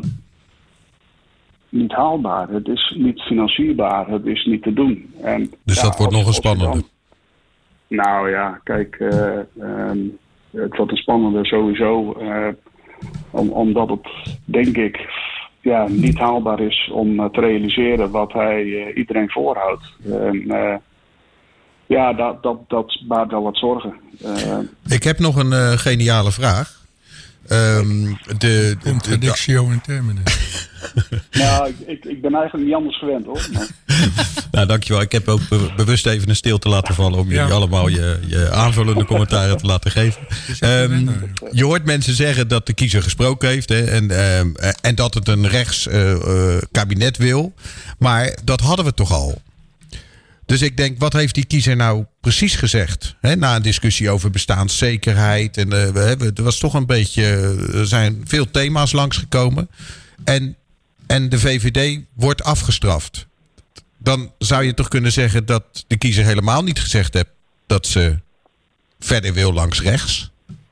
niet haalbaar, het is niet financierbaar, het is niet te doen. En, dus ja, dat wordt als, nog een spannende? Dan, nou ja, kijk, uh, um, het wordt een spannende sowieso, uh, om, omdat het, denk ik, ja, niet haalbaar is om uh, te realiseren wat hij uh, iedereen voorhoudt. En, uh, ja, dat, dat, dat baart wel wat zorgen. Uh, ik heb nog een uh, geniale vraag. Um, de Contradictio in termine. Nou, ik, ik, ik ben eigenlijk niet anders gewend, hoor. Maar... nou, dankjewel. Ik heb ook be- bewust even een stilte laten vallen om jullie ja. allemaal je, je aanvullende commentaren te laten geven. Um, je hoort mensen zeggen dat de kiezer gesproken heeft, hè, en, um, en dat het een rechts uh, uh, kabinet wil. Maar dat hadden we toch al. Dus ik denk, wat heeft die kiezer nou precies gezegd? He, na een discussie over bestaanszekerheid. En uh, we hebben, er was toch een beetje. Er zijn veel thema's langsgekomen. En, en de V V D wordt afgestraft. dan zou je toch kunnen zeggen dat de kiezer helemaal niet gezegd heeft dat ze verder wil langs rechts.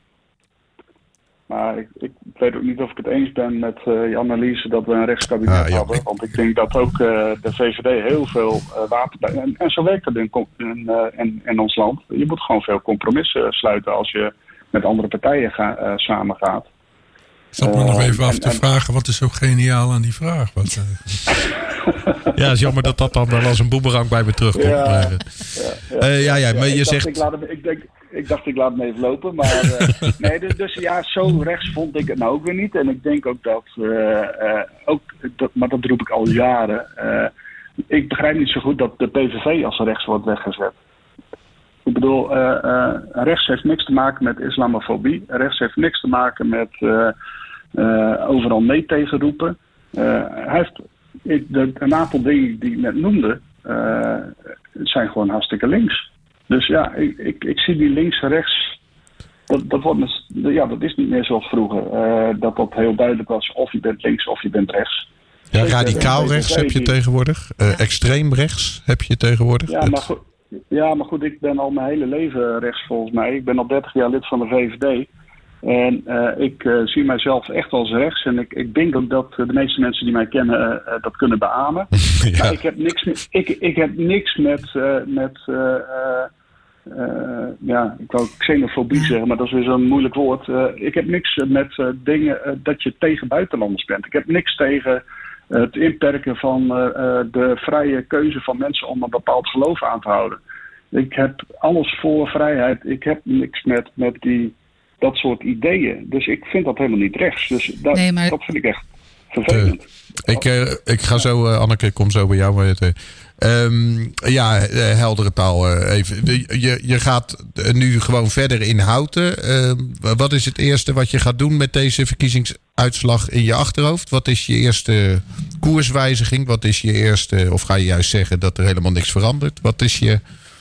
Maar ik, ik weet ook niet of ik het eens ben met uh, je analyse dat we een rechtskabinet Ah, ja. hadden. Want ik denk dat ook uh, de V V D heel veel uh, water... bij- En, en zo werkt het in, in, uh, in, in ons land. Je moet gewoon veel compromissen sluiten als je met andere partijen ga, uh, samengaat. Ik zat me Uh, nog even af en- te en- vragen, wat is zo geniaal aan die vraag? Wat, uh, Ja, het is jammer dat dat dan wel als een boemerang bij me terugkomt. Ja. Maar, uh, Ja, Eh, ja, ja, maar ik je dacht, zegt- Ik, laat hem, ik, denk, ik dacht, ik laat hem even lopen. Maar uh, nee, dus, dus ja, zo rechts vond ik het nou ook weer niet. En ik denk ook dat, uh, uh, ook, dat maar dat roep ik al jaren. Uh, ik begrijp niet zo goed dat de P V V als rechts wordt weggezet. Ik bedoel, uh, uh, rechts heeft niks te maken met islamofobie. Rechts heeft niks te maken met uh, uh, overal nee tegen roepen. Uh, hij heeft, ik, de, een aantal dingen die ik net noemde, uh, zijn gewoon hartstikke links. Dus ja, ik, ik, ik zie die links-rechts, dat, dat, wordt, dus- ja, dat is niet meer zoals vroeger. Uh, dat dat heel duidelijk was, of je bent links of je bent rechts. ja, Zeker, radicaal de rechts P V V heb je die- tegenwoordig. Uh, extreem rechts heb je tegenwoordig. Ja Het- maar, goed, ja, maar goed, ik ben al mijn hele leven rechts volgens mij. Ik ben al dertig jaar lid van de V V D. En uh, ik uh, zie mijzelf echt als rechts. En ik, ik denk ook dat uh, de meeste mensen die mij kennen uh, uh, dat kunnen beamen. ja. Maar ik heb niks, met- ik, ik heb niks met, uh, met uh, uh, uh, ja, ik wou xenofobie zeggen, maar dat is weer zo'n moeilijk woord. Uh, ik heb niks met uh, dingen uh, dat je tegen buitenlanders bent. Ik heb niks tegen uh, het inperken van uh, uh, de vrije keuze van mensen om een bepaald geloof aan te houden. Ik heb alles voor vrijheid. Ik heb niks met, met die, dat soort ideeën. Dus ik vind dat helemaal niet rechts. Dus dat, Nee, maar- dat vind ik echt vervelend. Ik, uh, ik ga zo, uh, Anneke, ik kom zo bij jou. Maar, uh, um, ja, uh, heldere taal uh, even. Je, je gaat nu gewoon verder in Houten. Uh, wat is het eerste wat je gaat doen met deze verkiezingsuitslag in je achterhoofd? Wat is je eerste koerswijziging? Wat is je eerste, of ga je juist zeggen dat er helemaal niks verandert? Wat is je...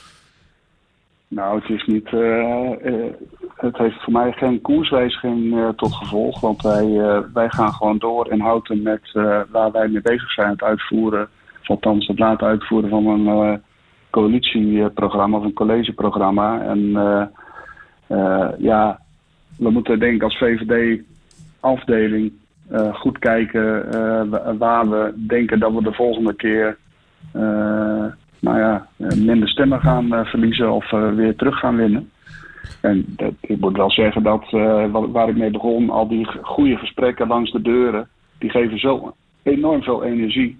Nou, het is niet. Uh, uh, het heeft voor mij geen koerswijziging uh, tot gevolg. Want wij, uh, wij gaan gewoon door in Houten met uh, waar wij mee bezig zijn. Het uitvoeren, of althans het laten uitvoeren van een uh, coalitieprogramma of een collegeprogramma. En uh, uh, ja, we moeten denk ik als V V D-afdeling uh, goed kijken uh, waar we denken dat we de volgende keer... Uh, nou ja, minder stemmen gaan uh, verliezen of uh, weer terug gaan winnen. En dat, ik moet wel zeggen dat, uh, wat, waar ik mee begon, al die goede gesprekken langs de deuren, die geven zo enorm veel energie.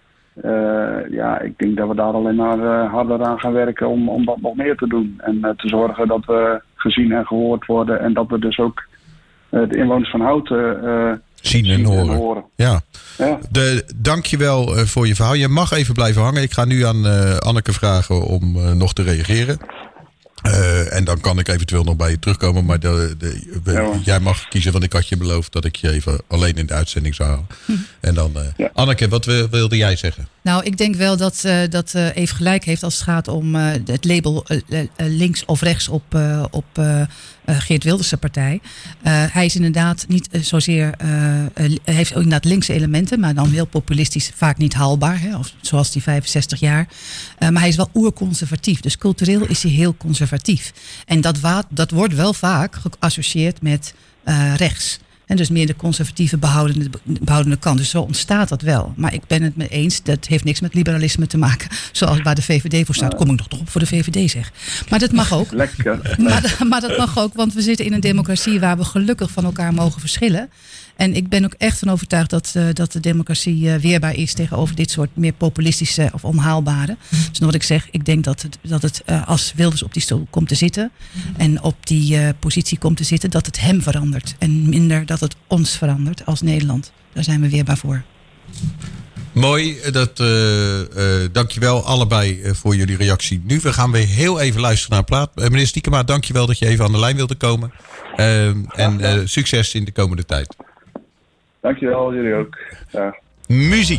Uh, ja, ik denk dat we daar alleen maar uh, harder aan gaan werken om, om dat nog meer te doen. En uh, te zorgen dat we gezien en gehoord worden en dat we dus ook uh, de inwoners van Houten uh, Zien en horen. Ja. Ja. De, dankjewel uh, voor je verhaal. Je mag even blijven hangen. Ik ga nu aan uh, Anneke vragen om uh, nog te reageren. Uh, en dan kan ik eventueel nog bij je terugkomen. Maar de, de, we, Ja. jij mag kiezen, want ik had je beloofd dat ik je even alleen in de uitzending zou halen. Hm. En dan, uh, Ja. Anneke, wat wil- wilde jij zeggen? Nou, ik denk wel dat uh, dat uh, even gelijk heeft als het gaat om uh, het label uh, uh, links of rechts op, uh, op uh, uh, Geert Wilders' partij. Uh, hij is inderdaad niet uh, zozeer, uh, uh, heeft ook inderdaad linkse elementen, maar dan heel populistisch, vaak niet haalbaar, hè, of, zoals die vijfenzestig jaar. Uh, maar hij is wel oerconservatief, dus cultureel is hij heel conservatief. En dat, wa- dat wordt wel vaak geassocieerd met uh, rechts. En dus meer de conservatieve behoudende, behoudende kant. Dus zo ontstaat dat wel. Maar ik ben het mee eens, dat heeft niks met liberalisme te maken. Zoals waar de V V D voor staat. Kom ik nog toch op voor de V V D zeg. Maar dat mag ook. Lekker. Maar, maar dat mag ook, want we zitten in een democratie waar we gelukkig van elkaar mogen verschillen. En ik ben ook echt van overtuigd dat, uh, dat de democratie uh, weerbaar is tegenover dit soort meer populistische of onhaalbare. Dus wat ik zeg, ik denk dat het, dat het uh, als Wilders op die stoel komt te zitten en op die uh, positie komt te zitten, dat het hem verandert. En minder dat het ons verandert als Nederland. Daar zijn we weerbaar voor. Mooi, dat, uh, uh, dankjewel allebei uh, voor jullie reactie. Nu, we gaan weer heel even luisteren naar een plaat. Uh, meneer Stiekema, dankjewel dat je even aan de lijn wilde komen. Uh, en uh, succes in de komende tijd. Dankjewel, jullie ook. Ja. Muziek.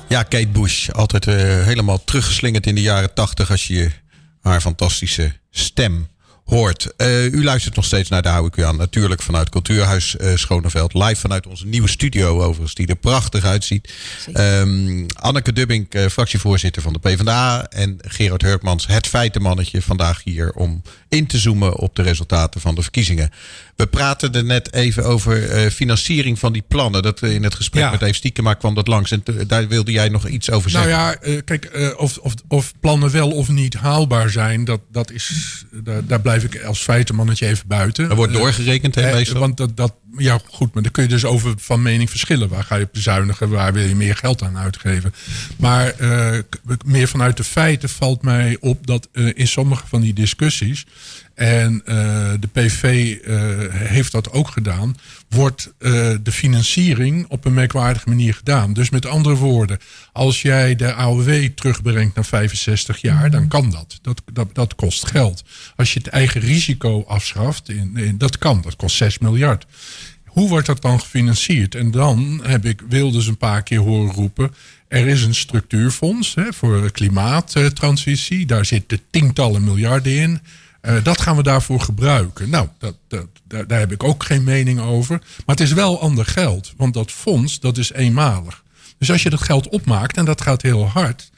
Ja, Kate Bush. Altijd uh, helemaal teruggeslingerd in de jaren tachtig als je haar fantastische stem hoort. Uh, u luistert nog steeds naar De Hou ik u aan. Natuurlijk vanuit Cultuurhuis uh, Schoneveld. Live vanuit onze nieuwe studio overigens. Die er prachtig uitziet. Um, Anneke Dubbink, uh, fractievoorzitter van de PvdA. En Gerard Hurkmans, het feitenmannetje. Vandaag hier om in te zoomen op de resultaten van de verkiezingen. We praten er net even over uh, financiering van die plannen. Dat uh, in het gesprek ja. met Eve Stiekema kwam dat langs. En t- daar wilde jij nog iets over zeggen. Nou ja, uh, kijk, uh, of, of, of plannen wel of niet haalbaar zijn. Dat, dat is, daar, daar blijf ik als feitenmannetje even buiten. Er wordt doorgerekend, hè, uh, meestal. Want dat, dat, ja, goed, maar daar kun je dus over van mening verschillen. Waar ga je op bezuinigen? Waar wil je meer geld aan uitgeven? Maar uh, meer vanuit de feiten valt mij op dat uh, in sommige van die discussies... En uh, de P V V uh, heeft dat ook gedaan. Wordt uh, de financiering op een merkwaardige manier gedaan. Dus met andere woorden, als jij de A O W terugbrengt naar vijfenzestig jaar, dan kan dat. Dat, dat, dat kost geld. Als je het eigen risico afschaft, in, in, dat kan. Dat kost zes miljard. Hoe wordt dat dan gefinancierd? En dan heb ik Wilders een paar keer horen roepen. Er is een structuurfonds hè, voor klimaattransitie. Daar zitten tientallen miljarden in. Uh, dat gaan we daarvoor gebruiken. Nou, dat, dat, daar, daar heb ik ook geen mening over. Maar het is wel ander geld. Want dat fonds, dat is eenmalig. Dus als je dat geld opmaakt, en dat gaat heel hard...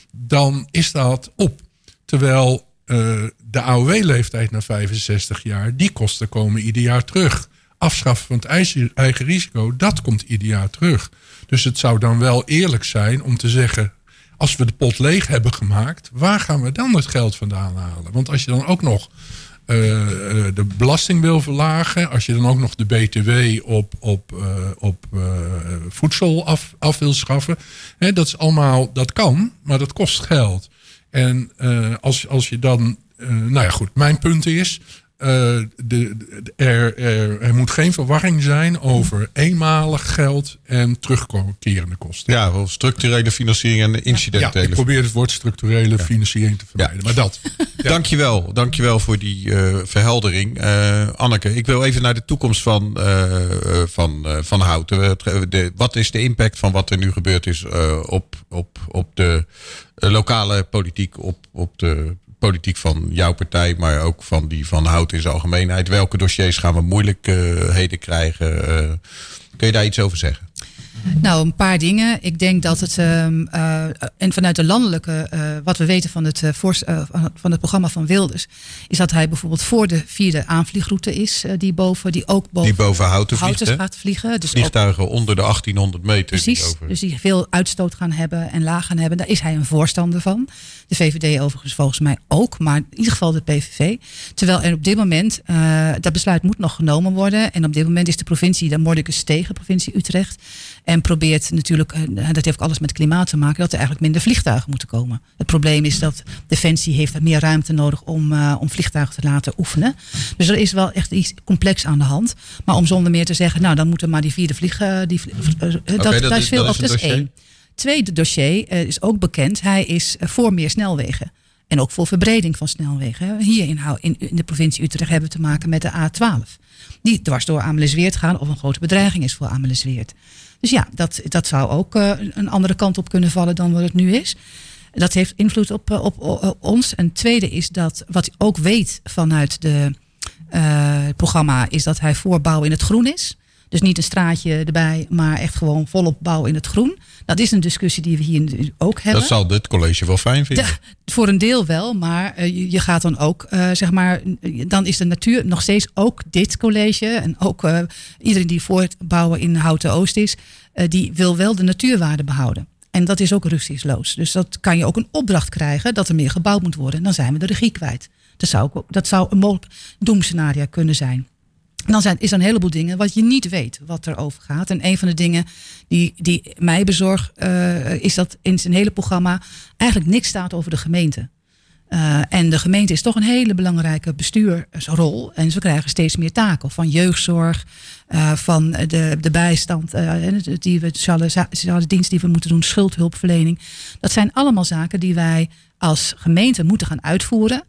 dan is dat op. Terwijl uh, de A O W-leeftijd naar vijfenzestig jaar... die kosten komen ieder jaar terug. Afschaffen van het eigen risico, dat komt ieder jaar terug. Dus het zou dan wel eerlijk zijn om te zeggen... als we de pot leeg hebben gemaakt, waar gaan we dan het geld vandaan halen? Want als je dan ook nog uh, de belasting wil verlagen... als je dan ook nog de B T W op, op, uh, op uh, voedsel af, af wil schaffen... Hè, dat is allemaal, dat kan, maar dat kost geld. En uh, als, als je dan... Uh, nou ja, goed, mijn punt is... Uh, de, de, er, er, er moet geen verwarring zijn over eenmalig geld en terugkerende kosten. Ja, wel structurele financiering en incidentele. Ja, ik probeer het woord structurele ja. financiering te vermijden. Ja. Maar dat. Ja. Dankjewel, dankjewel voor die uh, verheldering. Uh, Anneke, ik wil even naar de toekomst van, uh, van, uh, van Houten. De, wat is de impact van wat er nu gebeurd is uh, op, op, op de uh, lokale politiek, op, op de politiek van jouw partij, maar ook van die van Houten in zijn algemeenheid. Welke dossiers gaan we moeilijkheden krijgen? Uh, kun je daar iets over zeggen? Nou, een paar dingen. Ik denk dat het, uh, uh, en vanuit de landelijke, uh, wat we weten van het, uh, voor, uh, van het programma van Wilders, is dat hij bijvoorbeeld voor de vierde aanvliegroute is, uh, die boven, die ook boven, die boven Houten, Houten vliegt, gaat vliegen. Dus vliegtuigen ook, onder de achttienhonderd meter. Precies, die over... dus die veel uitstoot gaan hebben en laag gaan hebben. Daar is hij een voorstander van. De V V D overigens volgens mij ook, maar in ieder geval de P V V. Terwijl er op dit moment, uh, dat besluit moet nog genomen worden. En op dit moment is de provincie, de Mordicus tegen, provincie Utrecht. En probeert natuurlijk, dat heeft ook alles met klimaat te maken, dat er eigenlijk minder vliegtuigen moeten komen. Het probleem is dat Defensie heeft meer ruimte nodig om, uh, om vliegtuigen te laten oefenen. Dus er is wel echt iets complex aan de hand. Maar om zonder meer te zeggen, nou dan moeten maar die vierde vliegen, die, uh, uh, okay, dat, dat, dat is veel, dat is, dat is één. Tweede dossier uh, is ook bekend, hij is uh, voor meer snelwegen. En ook voor verbreding van snelwegen. Hier in, in, in de provincie Utrecht hebben we te maken met de A twaalf. Die dwars door Amelisweert gaan of een grote bedreiging is voor Amelisweert. Dus ja, dat, dat zou ook uh, een andere kant op kunnen vallen dan wat het nu is. Dat heeft invloed op, op, op ons. Een tweede is dat, wat hij ook weet vanuit de, uh, het programma, is dat hij voor bouwen in het groen is. Dus niet een straatje erbij, maar echt gewoon volop bouwen in het groen. Dat is een discussie die we hier ook hebben. Dat zal dit college wel fijn vinden. De, voor een deel wel, maar uh, je, je gaat dan ook, uh, zeg maar, dan is de natuur nog steeds ook dit college. En ook uh, iedereen die voor het bouwen in Houten Oost is, uh, die wil wel de natuurwaarde behouden. En dat is ook rücksichtsloos. Dus dat kan je ook een opdracht krijgen dat er meer gebouwd moet worden. En dan zijn we de regie kwijt. Dat zou, ook, dat zou een mogelijk doemscenario kunnen zijn. Dan zijn, is er een heleboel dingen wat je niet weet wat er over gaat. En een van de dingen die, die mij bezorgt, uh, is dat in zijn hele programma eigenlijk niks staat over de gemeente. Uh, en de gemeente is toch een hele belangrijke bestuursrol. En ze krijgen steeds meer taken. Van jeugdzorg, uh, van de, de bijstand, uh, die we, sociale dienst die we moeten doen, schuldhulpverlening. Dat zijn allemaal zaken die wij als gemeente moeten gaan uitvoeren.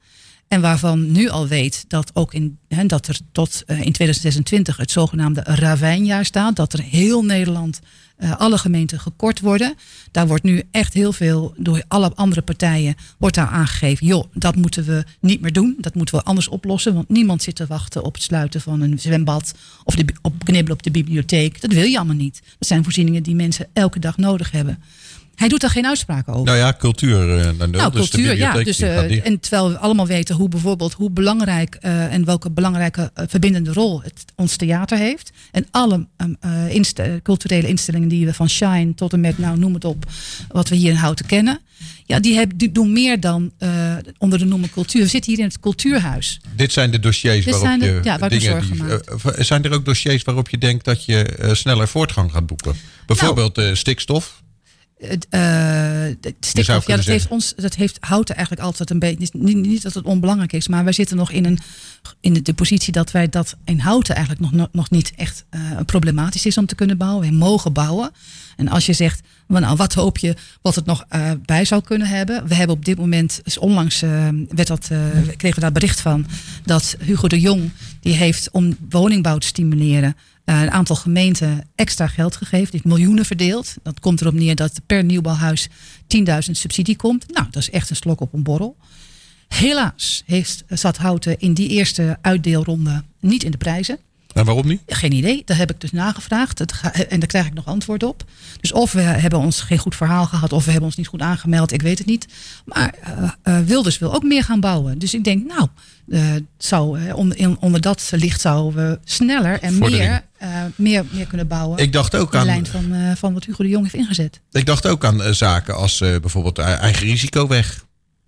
En waarvan nu al weet dat ook in, hè, dat er tot uh, in tweeduizend zesentwintig het zogenaamde ravijnjaar staat. Dat er heel Nederland, uh, alle gemeenten gekort worden. Daar wordt nu echt heel veel door alle andere partijen wordt daar aangegeven. Joh, dat moeten we niet meer doen. Dat moeten we anders oplossen. Want niemand zit te wachten op het sluiten van een zwembad. Of de, op knibbelen op de bibliotheek. Dat wil je allemaal niet. Dat zijn voorzieningen die mensen elke dag nodig hebben. Hij doet daar geen uitspraken over. Nou ja, cultuur. Uh, naar nul, nou, dus cultuur, de ja. Dus, uh, en terwijl we allemaal weten hoe bijvoorbeeld hoe belangrijk uh, en welke belangrijke uh, verbindende rol het, ons theater heeft. En alle um, uh, inst- culturele instellingen die we van Shine tot en met, nou noem het op, wat we hier in Houten kennen. Ja, die, hebben, die doen meer dan uh, onder de noemer cultuur. We zitten hier in het cultuurhuis. Dit zijn de dossiers Dit waarop zijn de, je ja, waar dingen... Die, uh, zijn er ook dossiers waarop je denkt dat je uh, sneller voortgang gaat boeken? Bijvoorbeeld uh, stikstof? Uh, de stikstof, ja, dat heeft ons, dat heeft Houten eigenlijk altijd een beetje. Niet, niet dat het onbelangrijk is, maar wij zitten nog in een in de, de positie dat wij dat in Houten eigenlijk nog, nog niet echt uh, problematisch is om te kunnen bouwen. We mogen bouwen. En als je zegt, nou, wat hoop je wat het nog uh, bij zou kunnen hebben? We hebben op dit moment, dus onlangs uh, werd dat, uh, kregen we daar bericht van dat Hugo de Jong, die heeft om woningbouw te stimuleren, Uh, een aantal gemeenten extra geld gegeven. Die heeft miljoenen verdeeld. Dat komt erop neer dat per nieuwbouwhuis tienduizend subsidie komt. Nou, dat is echt een slok op een borrel. Helaas heeft, zat Houten in die eerste uitdeelronde niet in de prijzen. En waarom niet? Geen idee. Daar heb ik dus nagevraagd. Dat ga, en daar krijg ik nog antwoord op. Dus of we hebben ons geen goed verhaal gehad, of we hebben ons niet goed aangemeld. Ik weet het niet. Maar uh, uh, Wilders wil ook meer gaan bouwen. Dus ik denk, nou, uh, zou, uh, onder, in, onder dat licht zouden we sneller en meer, uh, meer, meer kunnen bouwen. Ik dacht ook in de aan, lijn van, uh, van wat Hugo de Jong heeft ingezet. Ik dacht ook aan uh, zaken als uh, bijvoorbeeld uh, eigen risico weg.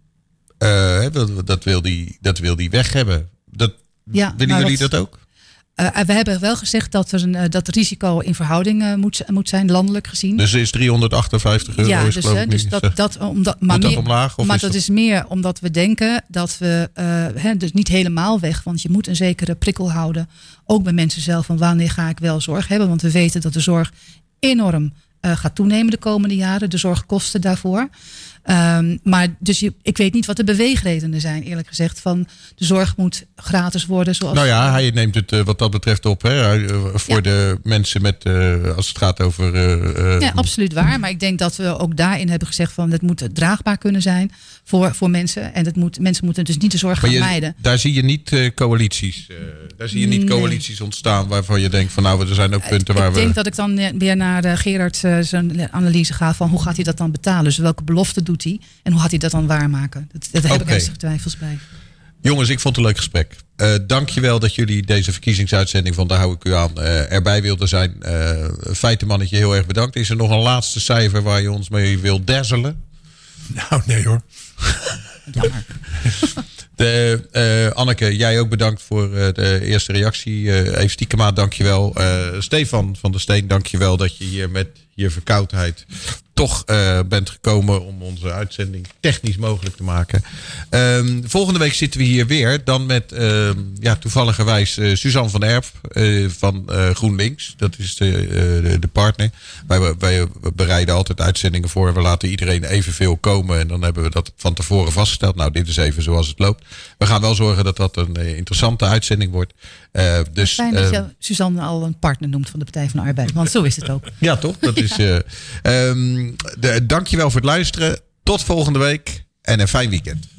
Uh, dat, dat, wil die, dat wil die weg hebben. Dat, ja, willen jullie wat, dat ook? Uh, we hebben wel gezegd dat er een uh, dat risico in verhouding uh, moet, moet zijn, landelijk gezien. Dus is driehonderdachtenvijftig euro ja, is dus, geloof hè, ik dus niet. dat, dat, omdat, maar Moet dat meer, omlaag? Of maar is dat, dat is meer omdat we denken dat we, uh, hè, dus niet helemaal weg, want je moet een zekere prikkel houden, ook bij mensen zelf, van wanneer ga ik wel zorg hebben. Want we weten dat de zorg enorm uh, gaat toenemen de komende jaren, de zorgkosten daarvoor. Um, maar dus je, ik weet niet wat de beweegredenen zijn, eerlijk gezegd, van de zorg moet gratis worden. Zoals nou ja, hij neemt het uh, wat dat betreft op. Hè, uh, voor ja. de mensen met, uh, als het gaat over... Uh, uh, ja, absoluut waar. Maar ik denk dat we ook daarin hebben gezegd van het moet draagbaar kunnen zijn voor, voor mensen. En het moet, mensen moeten dus niet de zorg gaan je, mijden. Daar zie je niet uh, coalities. Uh, daar zie je niet nee. coalities ontstaan waarvan je denkt van nou, er zijn ook punten ik waar we... we... Ik denk dat ik dan weer naar uh, Gerard uh, zijn analyse ga van hoe gaat hij dat dan betalen? Dus welke belofte doet hij? En hoe gaat hij dat dan waarmaken? Dat, dat heb okay. ik ernstig twijfels bij. Jongens, ik vond het een leuk gesprek. Uh, dankjewel dat jullie deze verkiezingsuitzending van Daar hou ik u aan uh, erbij wilden zijn. Uh, Feitenmannetje, heel erg bedankt. Is er nog een laatste cijfer waar je ons mee wilt dazzelen? Nou, nee hoor. Jammer. De, uh, Anneke, jij ook bedankt voor uh, de eerste reactie. Uh, Eve Stiekema, dankjewel. Uh, Stefan van der Steen, dankjewel dat je hier met je verkoudheid toch uh, bent gekomen om onze uitzending technisch mogelijk te maken. Um, volgende week zitten we hier weer. Dan met uh, ja, toevalligerwijs uh, Suzanne van Erp uh, van uh, GroenLinks. Dat is de, uh, de, de partner. Wij, wij bereiden altijd uitzendingen voor. We laten iedereen evenveel komen. En dan hebben we dat van tevoren vastgesteld. Nou, dit is even zoals het loopt. We gaan wel zorgen dat dat een uh, interessante uitzending wordt. Uh, dus, Fijn dat uh, je Suzanne al een partner noemt van de Partij van de Arbeid. Want zo is het ook. Ja, toch? Dat is, uh, um, de, dankjewel voor het luisteren. Tot volgende week en een fijn weekend.